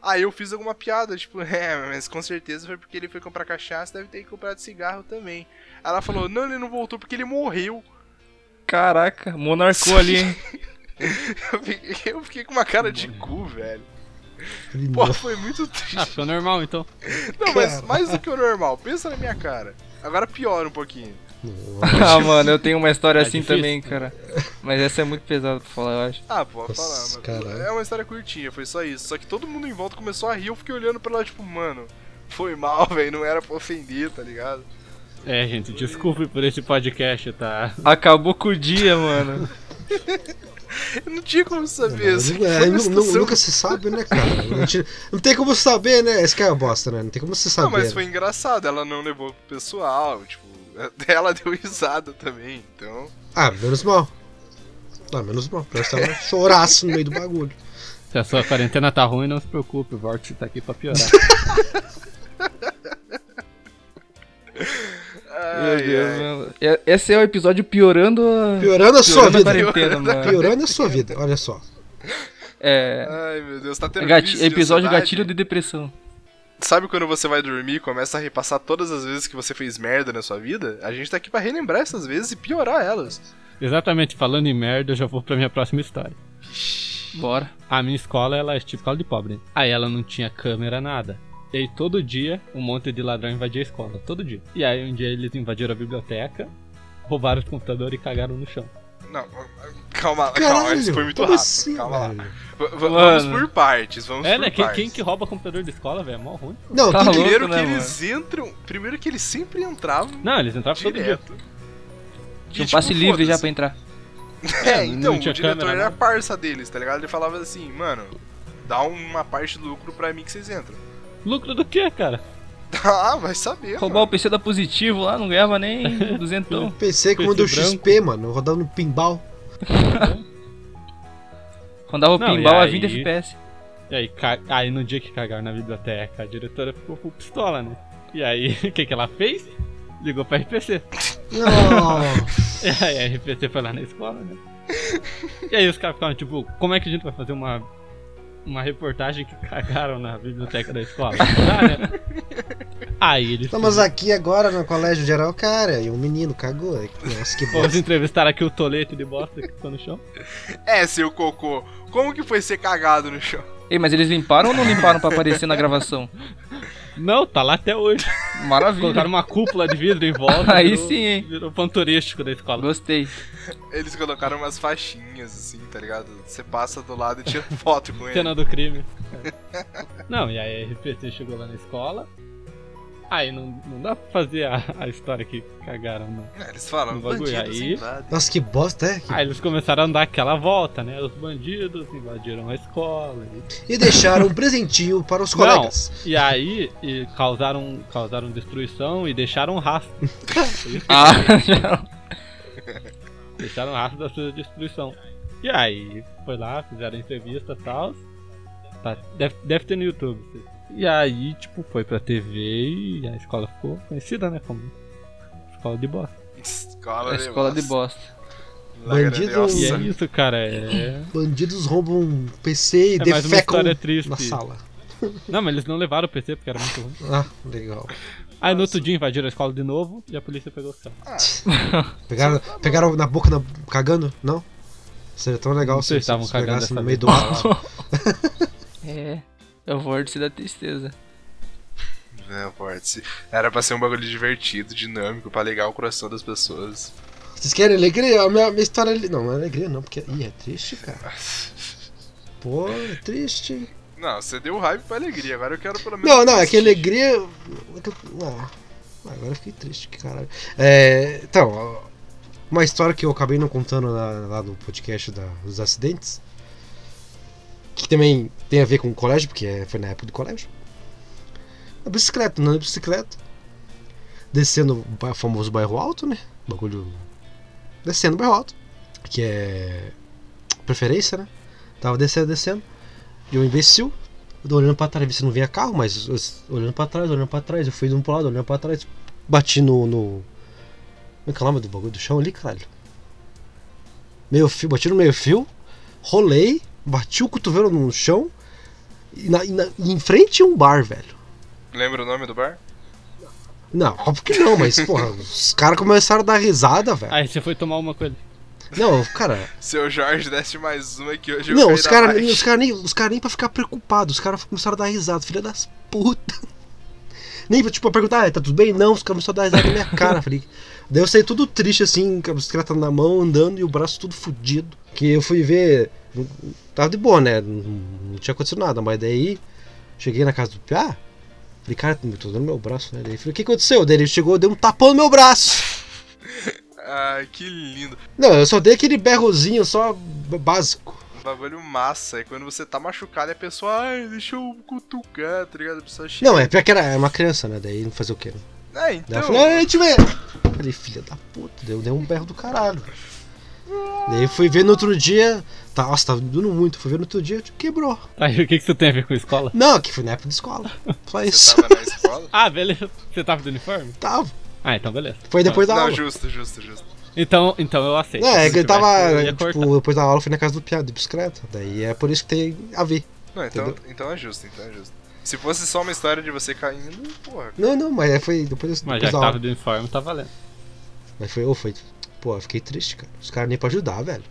Speaker 1: Aí eu fiz alguma piada, tipo, mas com certeza foi porque ele foi comprar cachaça, deve ter comprado cigarro também. Aí ela falou, não, ele não voltou porque ele morreu.
Speaker 4: Caraca, monarcou ali, hein?
Speaker 1: Eu fiquei com uma cara de cu, velho.
Speaker 3: Ele
Speaker 1: Pô,
Speaker 3: não-
Speaker 1: foi muito triste.
Speaker 2: Ah, ficou normal então.
Speaker 1: Não, mas mais do que o normal, pensa na minha cara. Agora piora um pouquinho.
Speaker 4: Ah, mano, eu tenho uma história
Speaker 2: É
Speaker 4: assim
Speaker 2: difícil.
Speaker 4: também, cara. Mas essa é muito pesada pra falar, eu acho.
Speaker 1: Ah, pode
Speaker 3: Nossa,
Speaker 1: falar, mano.
Speaker 3: caralho.
Speaker 1: É uma história curtinha, foi só isso. Só que todo mundo em volta começou a rir, eu fiquei olhando pra lá, tipo, mano, foi mal, velho, não era pra ofender, tá ligado?
Speaker 2: É, gente, desculpe por esse podcast, tá?
Speaker 4: Acabou com o dia, mano.
Speaker 1: Não tinha como saber,
Speaker 3: Mas
Speaker 1: assim,
Speaker 3: é,
Speaker 1: foi uma
Speaker 3: nu-
Speaker 1: situação-
Speaker 3: nunca se sabe, né, cara? Não tem como saber, né? Esse que é a bosta, né? Não tem como você saber.
Speaker 1: Não, mas foi engraçado, ela não levou pro pessoal, tipo, ela deu risada também, então...
Speaker 3: Ah, menos mal. Ah, menos mal. Eu estava choraço no meio do bagulho.
Speaker 2: Se a sua quarentena tá ruim, não se preocupe, o Vórtice tá aqui pra piorar.
Speaker 4: Meu Deus, mano. Esse é o episódio piorando a...
Speaker 3: Piorando a sua
Speaker 4: Piorando a
Speaker 3: vida.
Speaker 4: quarentena, mano.
Speaker 3: Piorando a sua vida, olha só.
Speaker 4: É...
Speaker 1: Ai, meu Deus, tá tendo crise de
Speaker 4: Episódio
Speaker 1: ansiedade?
Speaker 4: gatilho de depressão.
Speaker 1: Sabe quando você vai dormir e começa a repassar todas as vezes que você fez merda na sua vida? A gente tá aqui pra relembrar essas vezes e piorar elas.
Speaker 2: Exatamente, falando em merda, eu já vou pra minha próxima história.
Speaker 4: Bora.
Speaker 2: A minha escola, ela é tipo escola de pobre. Aí ela não tinha câmera, nada. E aí todo dia, um monte de ladrão invadia a escola, todo dia. E aí um dia eles invadiram a biblioteca, roubaram os computadores e cagaram no chão.
Speaker 1: Não, calma,
Speaker 3: Caralho,
Speaker 1: isso foi muito
Speaker 3: como
Speaker 1: rápido.
Speaker 3: assim,
Speaker 1: calma lá.
Speaker 3: velho?
Speaker 1: Vamos
Speaker 4: Mano.
Speaker 1: por partes, vamos
Speaker 2: É,
Speaker 1: por
Speaker 2: né?
Speaker 1: partes.
Speaker 2: Quem que rouba computador da escola, velho? É mó ruim.
Speaker 3: Não,
Speaker 4: Tá
Speaker 3: tem que...
Speaker 4: louco.
Speaker 1: Primeiro que
Speaker 4: né,
Speaker 1: eles entram. Primeiro que eles sempre entravam
Speaker 2: Não, eles entravam todo dia.
Speaker 1: direto.
Speaker 4: Tinha um
Speaker 1: E,
Speaker 4: passe
Speaker 1: tipo,
Speaker 4: livre já
Speaker 1: foda-se.
Speaker 4: pra entrar.
Speaker 1: É, então,
Speaker 2: não tinha
Speaker 1: o diretor
Speaker 2: câmera,
Speaker 1: era
Speaker 2: não.
Speaker 1: parça deles, tá ligado? Ele falava assim, mano, dá uma parte do lucro pra mim que vocês entram.
Speaker 2: Lucro do quê, cara?
Speaker 1: Ah, vai saber,
Speaker 4: Roubar
Speaker 1: mano.
Speaker 4: o PC da Positivo lá, não ganhava nem duzentão.
Speaker 3: Pensei que
Speaker 2: Esse
Speaker 3: mandou
Speaker 2: branco.
Speaker 3: XP, mano, rodando no pinball.
Speaker 4: Rodava o
Speaker 2: Não,
Speaker 4: pinball
Speaker 2: e
Speaker 4: a
Speaker 2: aí-
Speaker 4: 20 FPS.
Speaker 2: E aí, aí no dia que cagaram na biblioteca, a diretora ficou com pistola, né? E aí, o que ela fez? Ligou pra RPC.
Speaker 3: Não.
Speaker 2: E aí a RPC foi lá na escola, né? E aí os caras ficaram tipo, como é que a gente vai fazer uma reportagem que cagaram na biblioteca da escola? Não dá, né? Aí eles
Speaker 3: Estamos aqui agora no colégio geral, cara, e um menino cagou. Nossa, que
Speaker 2: Vamos
Speaker 3: bosta.
Speaker 2: entrevistar aqui o tolete de bosta que ficou no chão.
Speaker 1: É, seu cocô, como que foi ser cagado no chão?
Speaker 4: Ei, mas eles limparam ou não limparam pra aparecer na gravação?
Speaker 2: Não, tá lá até hoje.
Speaker 4: Maravilha.
Speaker 2: Colocaram uma cúpula de vidro em volta.
Speaker 4: Aí
Speaker 2: virou-
Speaker 4: sim, hein?
Speaker 2: Virou ponto turístico da escola.
Speaker 4: Gostei.
Speaker 1: Eles colocaram umas faixinhas, assim, tá ligado? Você passa do lado e tira foto com ele.
Speaker 2: Cena do crime. Não, e aí a RPC chegou lá na escola. Aí não dá pra fazer a história que cagaram, não.
Speaker 1: É, eles falam,
Speaker 2: No bagulho,
Speaker 1: bandidos
Speaker 2: aí-
Speaker 1: invadem.
Speaker 3: Nossa, que bosta, é?
Speaker 2: Aí eles começaram a dar aquela volta, né? Os bandidos invadiram a escola.
Speaker 3: E deixaram um presentinho para os colegas.
Speaker 2: E aí causaram destruição e deixaram rastro. Foi isso que
Speaker 4: Ah, já.
Speaker 2: deixaram rastro da sua destruição. E aí, foi lá, fizeram entrevista e tal. Tá, deve ter no YouTube. E aí, tipo, foi pra TV e a escola ficou conhecida, né? Como escola de bosta.
Speaker 1: Escola,
Speaker 4: A escola de bosta.
Speaker 3: Bandido-
Speaker 1: Nossa.
Speaker 2: E é isso, cara. É
Speaker 3: Bandidos roubam um PC e
Speaker 2: mais uma
Speaker 3: defecam
Speaker 2: história triste.
Speaker 3: na sala.
Speaker 2: Não, mas eles não levaram o PC porque era muito ruim.
Speaker 3: Ah, legal.
Speaker 2: Aí no outro dia invadiram a escola de novo e a polícia pegou os caras.
Speaker 3: Pegaram na boca, cagando? Não? Seria tão legal
Speaker 2: Não sei se estavam cagando
Speaker 3: pegassem
Speaker 2: dessa
Speaker 3: no meio
Speaker 2: vez.
Speaker 3: do ato.
Speaker 4: É o vórtice da tristeza.
Speaker 1: Não, pode. Era pra ser um bagulho divertido, dinâmico, pra alegar o coração das pessoas.
Speaker 3: Vocês querem alegria? A minha história... Não é alegria não, porque... Ih, é triste, cara. Pô, é triste.
Speaker 1: Não, você deu raiva pra alegria, agora eu quero pelo menos...
Speaker 3: Não, é que alegria... Agora eu fiquei triste, que caralho. Então, ó, uma história que eu acabei não contando lá no podcast dos acidentes, que também tem a ver com o colégio, porque foi na época do colégio. Na bicicleta, andando de bicicleta, descendo o famoso bairro alto, né? Bagulho... Descendo o bairro alto, que é preferência, né? Tava descendo. E um imbecil, eu olhando pra trás, vi se não vinha carro, mas olhando pra trás, eu fui de um pro lado, olhando pra trás, bati no... Como é que é o nome do bagulho do chão ali, caralho? Meio fio, bati no meio fio, rolei, bati o cotovelo no chão Em frente tinha um bar, velho.
Speaker 1: Lembra o nome do bar?
Speaker 3: Não, óbvio que não, mas, porra, os caras começaram a dar risada, velho.
Speaker 2: Aí você foi tomar uma coisa.
Speaker 3: Não, cara.
Speaker 1: Seu Jorge desce mais uma que hoje eu
Speaker 3: Não,
Speaker 1: caí
Speaker 3: os
Speaker 1: na
Speaker 3: caras
Speaker 1: bike.
Speaker 3: os cara nem pra ficar preocupados, os caras começaram a dar risada, filha das putas. Nem pra, tipo, perguntar, tá tudo bem? Não, os caras começaram a dar risada na minha cara. Falei. Daí eu saí tudo triste, assim, com a bicicleta na mão, andando e o braço tudo fudido. Que eu fui ver. Tava de boa, né? Não tinha acontecido nada, mas daí cheguei na casa do Piá. Falei, cara, tô dando meu braço, né? Daí falei, o que aconteceu? Daí ele chegou, deu um tapão no meu braço.
Speaker 1: Ai, que lindo.
Speaker 3: Não, eu só dei aquele berrozinho só básico.
Speaker 1: Um bagulho massa. É quando você tá machucado e a pessoa, ai, deixa eu cutucar, tá ligado? A pessoa chega.
Speaker 3: Não, é pior que era uma criança, né? Daí não fazer o quê? Né?
Speaker 1: É,
Speaker 3: Daí
Speaker 1: então.
Speaker 3: eu falei, ai, te ver. Falei, filha da puta, deu um berro do caralho. Daí fui ver no outro dia. Nossa, tava doendo muito. Fui ver no outro dia, tipo, quebrou.
Speaker 2: Aí o que isso tem a ver com a escola?
Speaker 3: Não, que foi na época de escola. Só
Speaker 1: Você
Speaker 3: isso.
Speaker 1: tava na escola?
Speaker 2: Ah, beleza. Você tava de uniforme?
Speaker 3: Tava.
Speaker 2: Ah, então beleza.
Speaker 3: Foi depois da
Speaker 1: Não,
Speaker 3: aula.
Speaker 1: justo.
Speaker 2: Então eu aceito.
Speaker 3: É,
Speaker 2: Se
Speaker 3: que ele
Speaker 2: tivesse,
Speaker 3: tava,
Speaker 2: eu ia cortar.
Speaker 3: tipo, depois da aula eu fui na casa do Piá de bicicleta. Daí é por isso que tem a ver.
Speaker 1: Não, então é justo, Se fosse só uma história de você caindo, porra.
Speaker 3: Não, mas foi depois
Speaker 2: Mas
Speaker 3: depois
Speaker 2: já que
Speaker 3: da
Speaker 2: tava
Speaker 3: aula.
Speaker 2: de uniforme, tá valendo.
Speaker 3: Mas foi. Pô, eu fiquei triste, cara. Os caras nem pra ajudar, velho.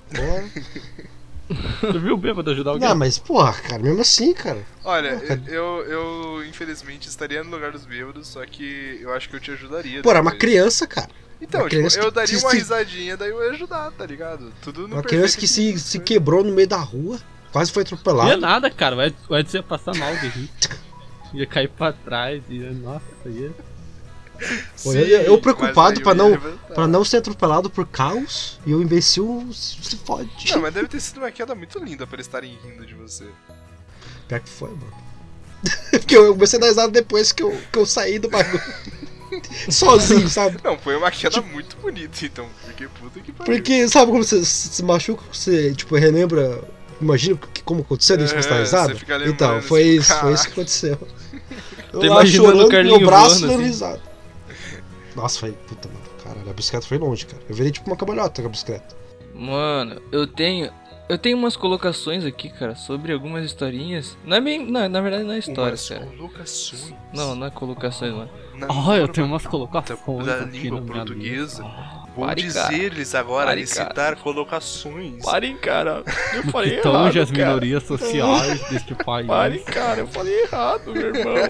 Speaker 3: Porra.
Speaker 2: Tu viu o bêbado ajudar alguém?
Speaker 3: Não, mas, porra, cara, mesmo assim, cara.
Speaker 1: Olha,
Speaker 3: Pô, cara.
Speaker 1: eu infelizmente estaria no lugar dos bêbados, só que eu acho que eu te ajudaria.
Speaker 3: Pô, era uma
Speaker 1: depois.
Speaker 3: criança, cara.
Speaker 1: Então,
Speaker 3: uma
Speaker 1: tipo,
Speaker 3: criança
Speaker 1: eu
Speaker 3: que
Speaker 1: daria
Speaker 3: se-
Speaker 1: uma risadinha, daí eu ia ajudar, tá ligado? Tudo no
Speaker 3: Uma criança que se quebrou no meio da rua. Quase foi
Speaker 2: Não ia
Speaker 3: atropelada.
Speaker 2: nada, cara. O Edson ia passar mal de rir. Ia cair pra trás. Nossa, ia.
Speaker 3: Pô, eu preocupado pra não ser atropelado por caos e o imbecil se fode.
Speaker 1: Não, mas deve ter sido uma queda muito linda pra eles estarem rindo de você.
Speaker 3: Pior que foi, mano. Porque eu comecei a dar risada depois que eu saí do bagulho. Sozinho, sabe?
Speaker 1: Não, foi uma queda muito bonita, então. Porque puta que pariu.
Speaker 3: Porque sabe quando você se machuca, você tipo relembra, imagina como aconteceu isso que você tá risada?
Speaker 1: você fica lembrando,
Speaker 3: Então, foi
Speaker 1: tipo,
Speaker 3: isso, foi isso que
Speaker 1: caralho.
Speaker 3: aconteceu. Eu
Speaker 4: Tô
Speaker 3: lá
Speaker 4: imaginando
Speaker 3: chorando
Speaker 4: o
Speaker 3: com
Speaker 4: Carlinho
Speaker 3: meu braço
Speaker 4: voando,
Speaker 3: dando
Speaker 4: assim.
Speaker 3: risada. Nossa, foi puta, mano. Caralho, a bicicleta foi longe, cara. Eu virei tipo uma cambalhota com a bicicleta.
Speaker 4: Mano, eu tenho umas colocações aqui, cara, sobre algumas historinhas. Não é bem. Não, na verdade não é histórias, cara.
Speaker 1: Colocações.
Speaker 4: Não é colocações, mano.
Speaker 2: Ah, eu tenho umas colocações
Speaker 1: da
Speaker 2: aqui
Speaker 1: língua
Speaker 2: na minha
Speaker 1: portuguesa.
Speaker 2: lista.
Speaker 1: Vou
Speaker 4: Pare, cara.
Speaker 1: dizer-lhes agora
Speaker 4: Pare,
Speaker 1: recitar colocações.
Speaker 4: Parem, cara. Eu
Speaker 2: Que
Speaker 4: falei
Speaker 2: tange
Speaker 4: errado,
Speaker 2: as
Speaker 4: cara.
Speaker 2: minorias sociais deste país.
Speaker 4: Parem, cara. Eu falei errado, meu irmão.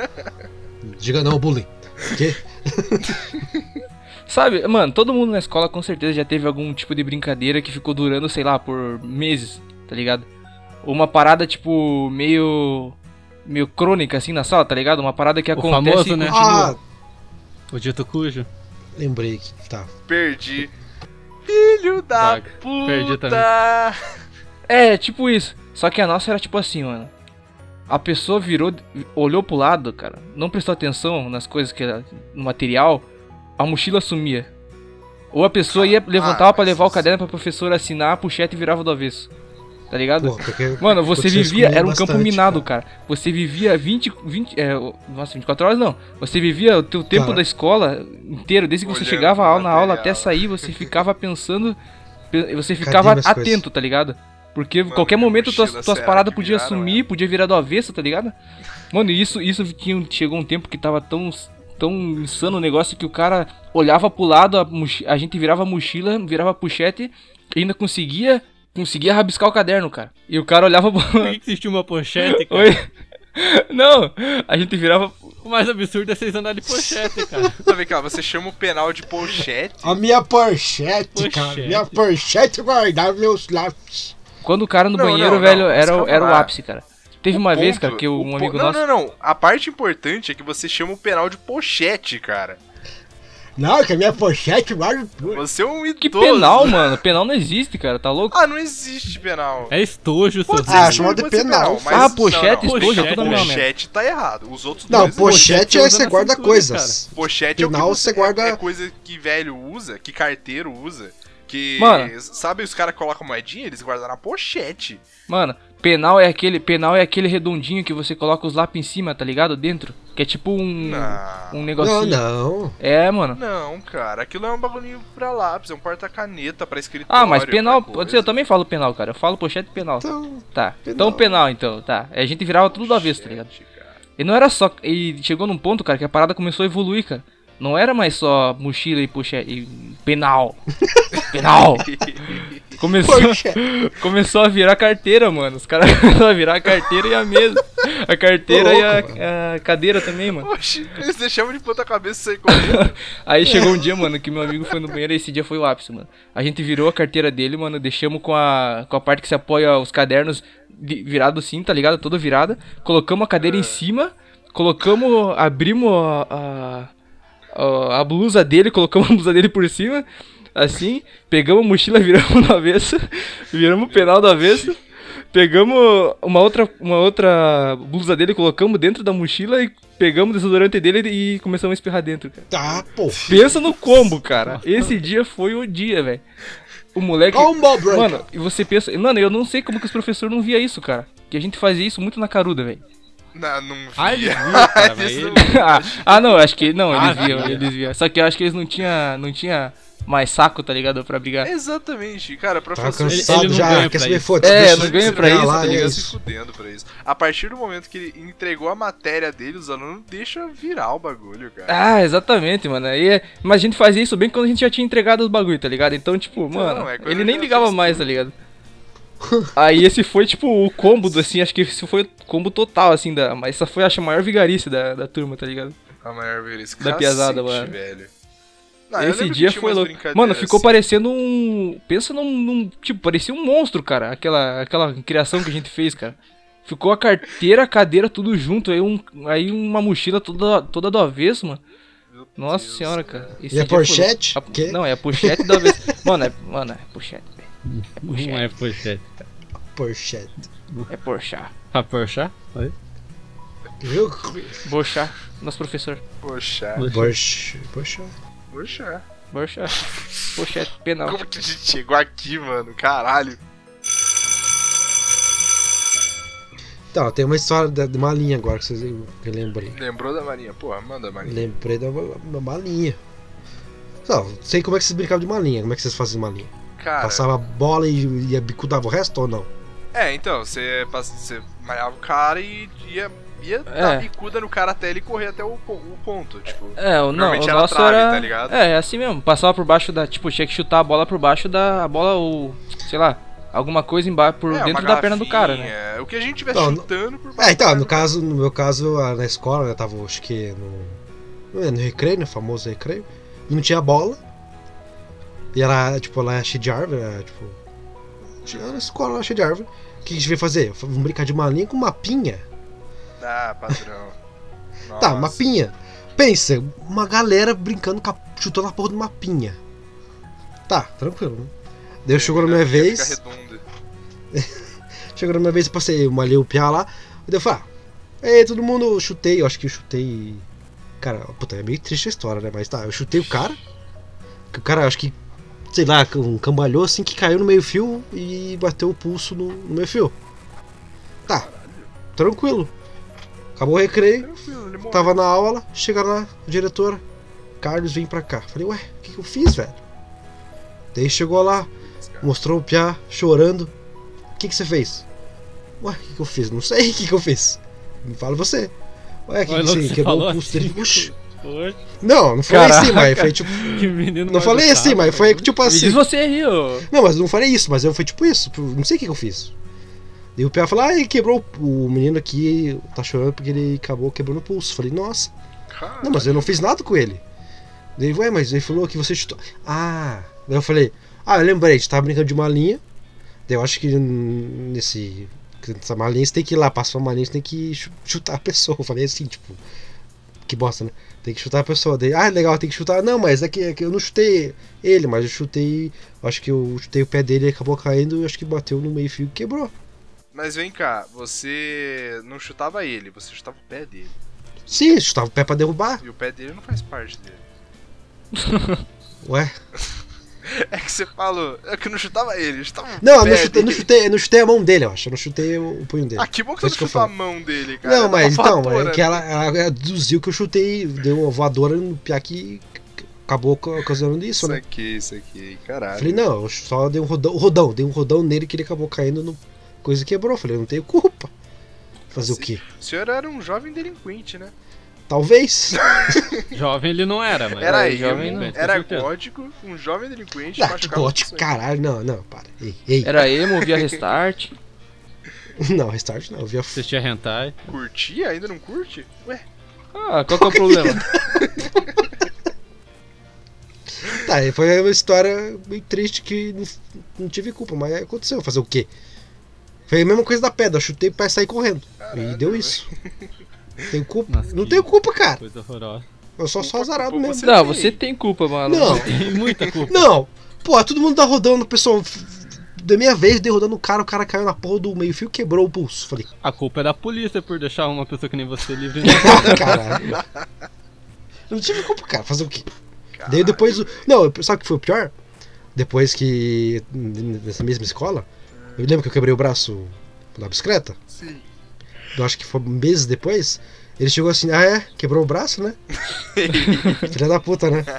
Speaker 3: Diga não, bullying. O quê?
Speaker 4: Sabe, mano, todo mundo na escola com certeza já teve algum tipo de brincadeira que ficou durando, sei lá, por meses, tá ligado? Ou uma parada, tipo, meio crônica, assim, na sala, tá ligado? Uma parada que acontece
Speaker 2: famoso,
Speaker 4: e
Speaker 2: né?
Speaker 4: continua.
Speaker 3: Ah,
Speaker 2: O dito cujo.
Speaker 3: lembrei que tá.
Speaker 1: Perdi. Filho da
Speaker 2: Droga, perdi
Speaker 1: puta.
Speaker 4: É, tipo isso. Só que a nossa era tipo assim, mano. A pessoa virou, olhou pro lado, cara, não prestou atenção nas coisas que era no material, a mochila sumia. Ou a pessoa ia levantava pra
Speaker 1: mas
Speaker 4: levar o
Speaker 1: isso-
Speaker 4: caderno pra professora assinar, a pochete virava do avesso. Tá ligado?
Speaker 3: Pô, porque
Speaker 4: Mano, você
Speaker 3: aconteceu isso
Speaker 4: vivia,
Speaker 3: comigo
Speaker 4: era um campo
Speaker 3: bastante,
Speaker 4: minado, cara. Você vivia 24 horas não. Você vivia o teu tempo
Speaker 3: Cara.
Speaker 4: da escola inteiro, desde que você
Speaker 1: Olhando
Speaker 4: chegava
Speaker 1: pro
Speaker 4: na aula
Speaker 1: material.
Speaker 4: até sair, você ficava pensando, você ficava
Speaker 3: minhas
Speaker 4: atento,
Speaker 3: coisas?
Speaker 4: tá ligado? Porque
Speaker 1: Mano,
Speaker 4: qualquer
Speaker 1: minha
Speaker 4: momento tuas
Speaker 1: mochila, será
Speaker 4: paradas
Speaker 1: que
Speaker 4: podiam
Speaker 1: viraram
Speaker 4: sumir,
Speaker 1: ela?
Speaker 4: podia virar do avesso, tá ligado? Mano, chegou um tempo que tava tão insano o negócio que o cara olhava pro lado, a gente virava a mochila, virava a pochete e ainda conseguia rabiscar o caderno, cara. E o cara olhava pro...
Speaker 2: Por que existia uma pochete, cara?
Speaker 4: Oi? Não, a gente virava...
Speaker 2: O mais absurdo é vocês andarem de pochete, cara.
Speaker 1: Então, vem cá, você chama o penal de pochete?
Speaker 3: A minha pochete, cara.
Speaker 2: Pochete.
Speaker 3: Minha pochete guardava meus lápis.
Speaker 4: Quando o cara no
Speaker 1: Não,
Speaker 4: banheiro,
Speaker 1: não,
Speaker 4: velho,
Speaker 1: não,
Speaker 4: era o
Speaker 1: calma lá.
Speaker 4: ápice, cara. Teve uma vez, cara, que um amigo
Speaker 1: não,
Speaker 4: nosso...
Speaker 1: Não. A parte importante é que você chama o penal de pochete, cara.
Speaker 3: Não, que a minha pochete guarda tudo.
Speaker 1: Você é um idoso.
Speaker 4: Que penal, mano? Penal não existe, cara, tá louco?
Speaker 1: Ah, não existe penal.
Speaker 2: É estojo, seus
Speaker 1: Pode
Speaker 3: Ah,
Speaker 1: ser,
Speaker 3: chama de
Speaker 1: pode ser
Speaker 3: penal.
Speaker 1: mas-
Speaker 4: Ah, pochete,
Speaker 1: não,
Speaker 4: estojo,
Speaker 2: Pochete,
Speaker 4: é tudo a mesma merda.
Speaker 1: Pochete tá errado. Os outros
Speaker 3: Não,
Speaker 1: dois...
Speaker 3: pochete
Speaker 2: usa
Speaker 3: é você
Speaker 2: na
Speaker 3: guarda
Speaker 2: cintura,
Speaker 3: coisas.
Speaker 1: Pochete é o que
Speaker 3: Penal você guarda-
Speaker 1: é coisa que velho usa, que carteiro usa, Que,
Speaker 4: Mano.
Speaker 1: sabe os caras colocam moedinha, eles guardam na pochete.
Speaker 4: Mano, penal é aquele redondinho que você coloca os lápis em cima, tá ligado? Dentro. Que é tipo um
Speaker 1: Não.
Speaker 4: negocinho.
Speaker 3: Não.
Speaker 4: É, mano.
Speaker 1: Não, cara, aquilo é um bagulhinho pra lápis, é um porta-caneta pra escritório.
Speaker 4: Ah, mas penal,
Speaker 1: pra
Speaker 4: pode ser, eu também falo penal, cara. Eu falo pochete e penal.
Speaker 3: Então,
Speaker 4: Tá.
Speaker 3: penal.
Speaker 4: Então penal, então, tá. A gente virava tudo do avesso, tá ligado?
Speaker 1: Cara.
Speaker 4: E não era só. E chegou num ponto, cara, que a parada começou a evoluir, cara. Não era mais só mochila e pochete. E penal. Penal.
Speaker 3: Poxa.
Speaker 4: Começou a virar carteira, mano. Os caras começaram a virar a carteira e a mesa. A carteira
Speaker 3: Ô,
Speaker 4: e
Speaker 3: louco,
Speaker 4: a cadeira também, mano.
Speaker 1: Oxi, eles deixavam de ponta cabeça sair correndo.
Speaker 4: Aí chegou um dia, mano, que meu amigo foi no banheiro e esse dia foi o ápice, mano. A gente virou a carteira dele, mano, deixamos com a parte que se apoia os cadernos virado assim, tá ligado? Toda virada. Colocamos a cadeira em cima, abrimos a blusa dele, colocamos a blusa dele por cima, assim, pegamos a mochila, viramos no avesso, viramos o penal do avesso, pegamos uma outra blusa dele, colocamos dentro da mochila e pegamos o desodorante dele e começamos a espirrar dentro, cara.
Speaker 3: Tá, pô.
Speaker 4: Pensa no combo, cara. Esse dia foi o dia, velho. O moleque...
Speaker 3: Combo breaker.
Speaker 4: Mano, e você pensa... Mano, eu não sei como que os professores não via isso, cara. Que a gente fazia isso muito na caruda, velho.
Speaker 1: Não via.
Speaker 2: Ah, eles viam, cara, mas
Speaker 1: Eles não
Speaker 2: ele-
Speaker 1: viam.
Speaker 4: Não, acho que... Não,
Speaker 2: Ah,
Speaker 4: eles viam. Só que eu acho que eles não tinha mais saco, tá ligado? Pra brigar.
Speaker 1: Exatamente, cara,
Speaker 3: Tava
Speaker 1: professor...
Speaker 3: cansado
Speaker 2: ele não
Speaker 3: já,
Speaker 2: ganha
Speaker 3: quer
Speaker 2: pra
Speaker 3: saber,
Speaker 2: isso.
Speaker 3: foda-se.
Speaker 4: É,
Speaker 3: deixa
Speaker 4: não ganha
Speaker 3: eu
Speaker 4: pra
Speaker 3: chegar
Speaker 4: isso,
Speaker 3: lá,
Speaker 4: tá
Speaker 3: é
Speaker 4: ligado?
Speaker 1: se
Speaker 3: isso.
Speaker 1: fudendo pra isso. A partir do momento que ele entregou a matéria dele, os alunos não deixam virar o bagulho, cara.
Speaker 4: Ah, exatamente, mano. Mas a gente fazia isso bem quando a gente já tinha entregado os bagulho, tá ligado? Então, tipo, mano,
Speaker 1: é quando
Speaker 4: ele
Speaker 1: ele
Speaker 4: nem
Speaker 1: já
Speaker 4: ligava
Speaker 1: fez
Speaker 4: mais,
Speaker 1: tudo.
Speaker 4: tá ligado? Aí esse foi, tipo, o combo, assim, acho que esse foi o combo total, assim, mas essa foi, acho, a maior vigarice da turma, tá ligado?
Speaker 1: A maior vez.
Speaker 4: Da piazada, mano.
Speaker 1: Velho. Não, eu
Speaker 4: Esse
Speaker 1: lembro que
Speaker 4: dia
Speaker 1: tinha
Speaker 4: foi
Speaker 1: umas
Speaker 4: louco.
Speaker 1: brincadeiras
Speaker 4: Mano, ficou
Speaker 1: assim.
Speaker 4: parecendo um... Pensa tipo, parecia um monstro, cara, aquela criação que a gente fez, cara. Ficou a carteira, a cadeira, tudo junto, aí uma mochila toda do avesso, mano.
Speaker 1: Meu
Speaker 4: Nossa
Speaker 1: Deus,
Speaker 4: senhora, cara. Esse
Speaker 3: E a
Speaker 4: dia foi
Speaker 3: pochete?
Speaker 4: louco.
Speaker 3: Quê?
Speaker 4: Não, é a pochete do avesso. Mano, é pochete, velho.
Speaker 2: Não é pochete.
Speaker 3: Pochete.
Speaker 4: É porchá.
Speaker 2: Pra porchar? Oi?
Speaker 3: Viu?
Speaker 4: Borchá, nosso professor.
Speaker 1: Poxa,
Speaker 3: Poxa.
Speaker 1: poxa.
Speaker 4: Borchá. Pochete, penal.
Speaker 1: Como que a gente chegou aqui, mano? Caralho.
Speaker 3: Então, tem uma história de malinha agora que vocês que eu lembrei.
Speaker 1: Lembrou da Marinha? Porra, manda, Marinha.
Speaker 3: Lembrei da malinha. Não sei como é que vocês brincavam de malinha. Como é que vocês faziam malinha?
Speaker 1: Cara,
Speaker 3: Passava a bola e a bicudava o resto ou não?
Speaker 1: então, você malhava o cara e ia dar bicuda no cara até ele correr até o ponto, tipo.
Speaker 4: Não,
Speaker 1: Normalmente
Speaker 4: o
Speaker 1: era
Speaker 4: nosso
Speaker 1: trave,
Speaker 4: era...
Speaker 1: tá ligado?
Speaker 4: É assim mesmo, passava por baixo da... Tipo, tinha que chutar a bola por baixo da... A bola, ou... Sei lá, alguma coisa embaixo, por dentro
Speaker 1: uma
Speaker 4: da perna do cara, né?
Speaker 1: garrafinha, o que a gente tivesse
Speaker 3: Não,
Speaker 1: chutando por baixo.
Speaker 3: Então,
Speaker 1: da
Speaker 3: no
Speaker 1: perna
Speaker 3: meu caso, na escola, eu tava, acho que no recreio, né? Famoso recreio. Não tinha bola. E era, tipo, lá cheio de árvore, era, tipo... Tinha na escola lá cheia de árvore. O que a gente veio fazer? Vamos brincar de malinha com mapinha.
Speaker 1: Ah, padrão.
Speaker 3: Tá,
Speaker 1: Nossa.
Speaker 3: mapinha. Pensa, uma galera brincando, chutando a porra do mapinha. Tá, tranquilo, né? Daí chegou na minha
Speaker 1: Ia ficar
Speaker 3: vez.
Speaker 1: redonda.
Speaker 3: Chegou na minha vez, eu passei, eu malhei o piá lá. Daí eu falei, ei, todo mundo, eu chutei, eu acho que eu chutei. Cara, puta, é meio triste a história, né? Mas tá, eu chutei o cara. Que o cara, acho que, sei lá, um cambalhou assim que caiu no meio-fio e bateu o pulso no meio-fio. Tá, tranquilo. Acabou o recreio,
Speaker 1: Tranquilo, ele morreu.
Speaker 3: tava na aula, chega lá, a diretora, Carlos, vem pra cá. Falei, ué, o que eu fiz, velho? Daí chegou lá, mostrou o piá chorando. O que você fez? Ué, o que eu fiz? Não sei o que eu fiz. Me fala você. Ué, o que
Speaker 2: Olha,
Speaker 3: você
Speaker 2: você
Speaker 3: quebrou
Speaker 2: falou
Speaker 3: o pulso dele?
Speaker 2: assim.
Speaker 3: Oxi.
Speaker 2: Poxa,
Speaker 3: Não falei
Speaker 4: Caraca.
Speaker 3: assim, mas foi tipo.
Speaker 2: que menino
Speaker 3: Não
Speaker 2: mal
Speaker 3: falei
Speaker 2: educado,
Speaker 3: assim, mas foi tipo
Speaker 4: Me
Speaker 3: assim.
Speaker 4: diz você aí, ô.
Speaker 3: Não, mas não falei isso, mas eu foi tipo isso. Não sei o que eu fiz. Daí o piá falou, ele quebrou o menino aqui, tá chorando porque ele acabou quebrando o pulso. Falei, nossa.
Speaker 1: Cara,
Speaker 3: Não, mas eu não fiz nada com ele. Daí, ué, mas ele falou que você chutou. Ah, daí eu falei, eu lembrei, a gente tava brincando de malinha. Daí eu acho que nessa malinha você tem que ir lá, passa uma malinha, você tem que chutar a pessoa. Eu falei assim, tipo, que bosta, né? Tem que chutar a pessoa. Daí, legal, tem que chutar. Não, mas é que eu não chutei ele, mas eu chutei. Acho que eu chutei o pé dele, ele acabou caindo e acho que bateu no meio fio e quebrou.
Speaker 1: Mas vem cá, você não chutava ele, você chutava o pé dele.
Speaker 3: Sim, eu chutava o pé pra derrubar.
Speaker 1: E o pé dele não faz parte dele.
Speaker 3: Ué.
Speaker 1: É que você falou. É que eu não chutava ele, eu chutava o
Speaker 3: Não,
Speaker 1: pé
Speaker 3: eu não chutei a mão dele, eu acho. Eu não chutei o punho dele.
Speaker 1: Ah, que bom que
Speaker 3: Foi
Speaker 1: você
Speaker 3: isso
Speaker 1: não
Speaker 3: que eu
Speaker 1: chutou a
Speaker 3: falo.
Speaker 1: mão dele, cara.
Speaker 3: Não, mas
Speaker 1: Era uma
Speaker 3: então,
Speaker 1: voadora,
Speaker 3: é que ela deduziu que eu chutei, deu uma voadora no piá que acabou ocasionando isso, né?
Speaker 1: Isso aqui, caralho.
Speaker 3: Falei, não, eu só dei um rodão nele que ele acabou caindo no. Coisa quebrou. Falei, eu não tenho culpa. Fazer o quê?
Speaker 1: O senhor era um jovem delinquente, né?
Speaker 3: Talvez.
Speaker 2: Jovem ele não era, mas...
Speaker 1: Era
Speaker 4: jovem,
Speaker 1: emo,
Speaker 4: não.
Speaker 1: era
Speaker 2: Com certeza.
Speaker 1: gótico, um jovem delinquente.
Speaker 3: Ah, que
Speaker 1: machucava
Speaker 3: gótico,
Speaker 1: pessoas.
Speaker 3: caralho. Não, para. Ei.
Speaker 4: Era emo, via restart.
Speaker 3: Não, restart não. Eu via.
Speaker 2: Assistia hentai.
Speaker 1: Curtia? Ainda não curte? Ué,
Speaker 4: Ah, qual que é o problema?
Speaker 3: Tá, foi uma história meio triste que não tive culpa, mas aconteceu. Fazer o quê? Foi a mesma coisa da pedra. Eu chutei pra sair correndo.
Speaker 1: Caralho,
Speaker 3: E deu
Speaker 1: velho.
Speaker 3: isso. Tenho culpa?
Speaker 2: Nossa,
Speaker 3: Não
Speaker 2: que
Speaker 3: tenho culpa, cara.
Speaker 2: Coisa horrorosa.
Speaker 3: Eu sou só
Speaker 1: Culpa-
Speaker 3: azarado
Speaker 1: culpa
Speaker 3: mesmo.
Speaker 1: você-
Speaker 4: Não, você tem culpa, mano.
Speaker 3: Não.
Speaker 2: Tem muita culpa.
Speaker 3: Não! Pô, todo mundo tá rodando, pessoal. Da minha vez, dei rodando o cara caiu na porra do meio-fio e quebrou o pulso. Falei,
Speaker 2: A culpa é da polícia por deixar uma pessoa que nem você livre.
Speaker 3: caralho. Eu não tive culpa, cara. Fazer o quê?
Speaker 1: Caralho,
Speaker 3: Daí depois.
Speaker 1: velho.
Speaker 3: Não, sabe o que foi o pior? Depois que. Nessa mesma escola, eu lembro que eu quebrei o braço na bicicleta.
Speaker 1: Sim.
Speaker 3: Eu acho que foi meses depois. Ele chegou assim, ah é? Quebrou o braço, né? Filha da puta, né?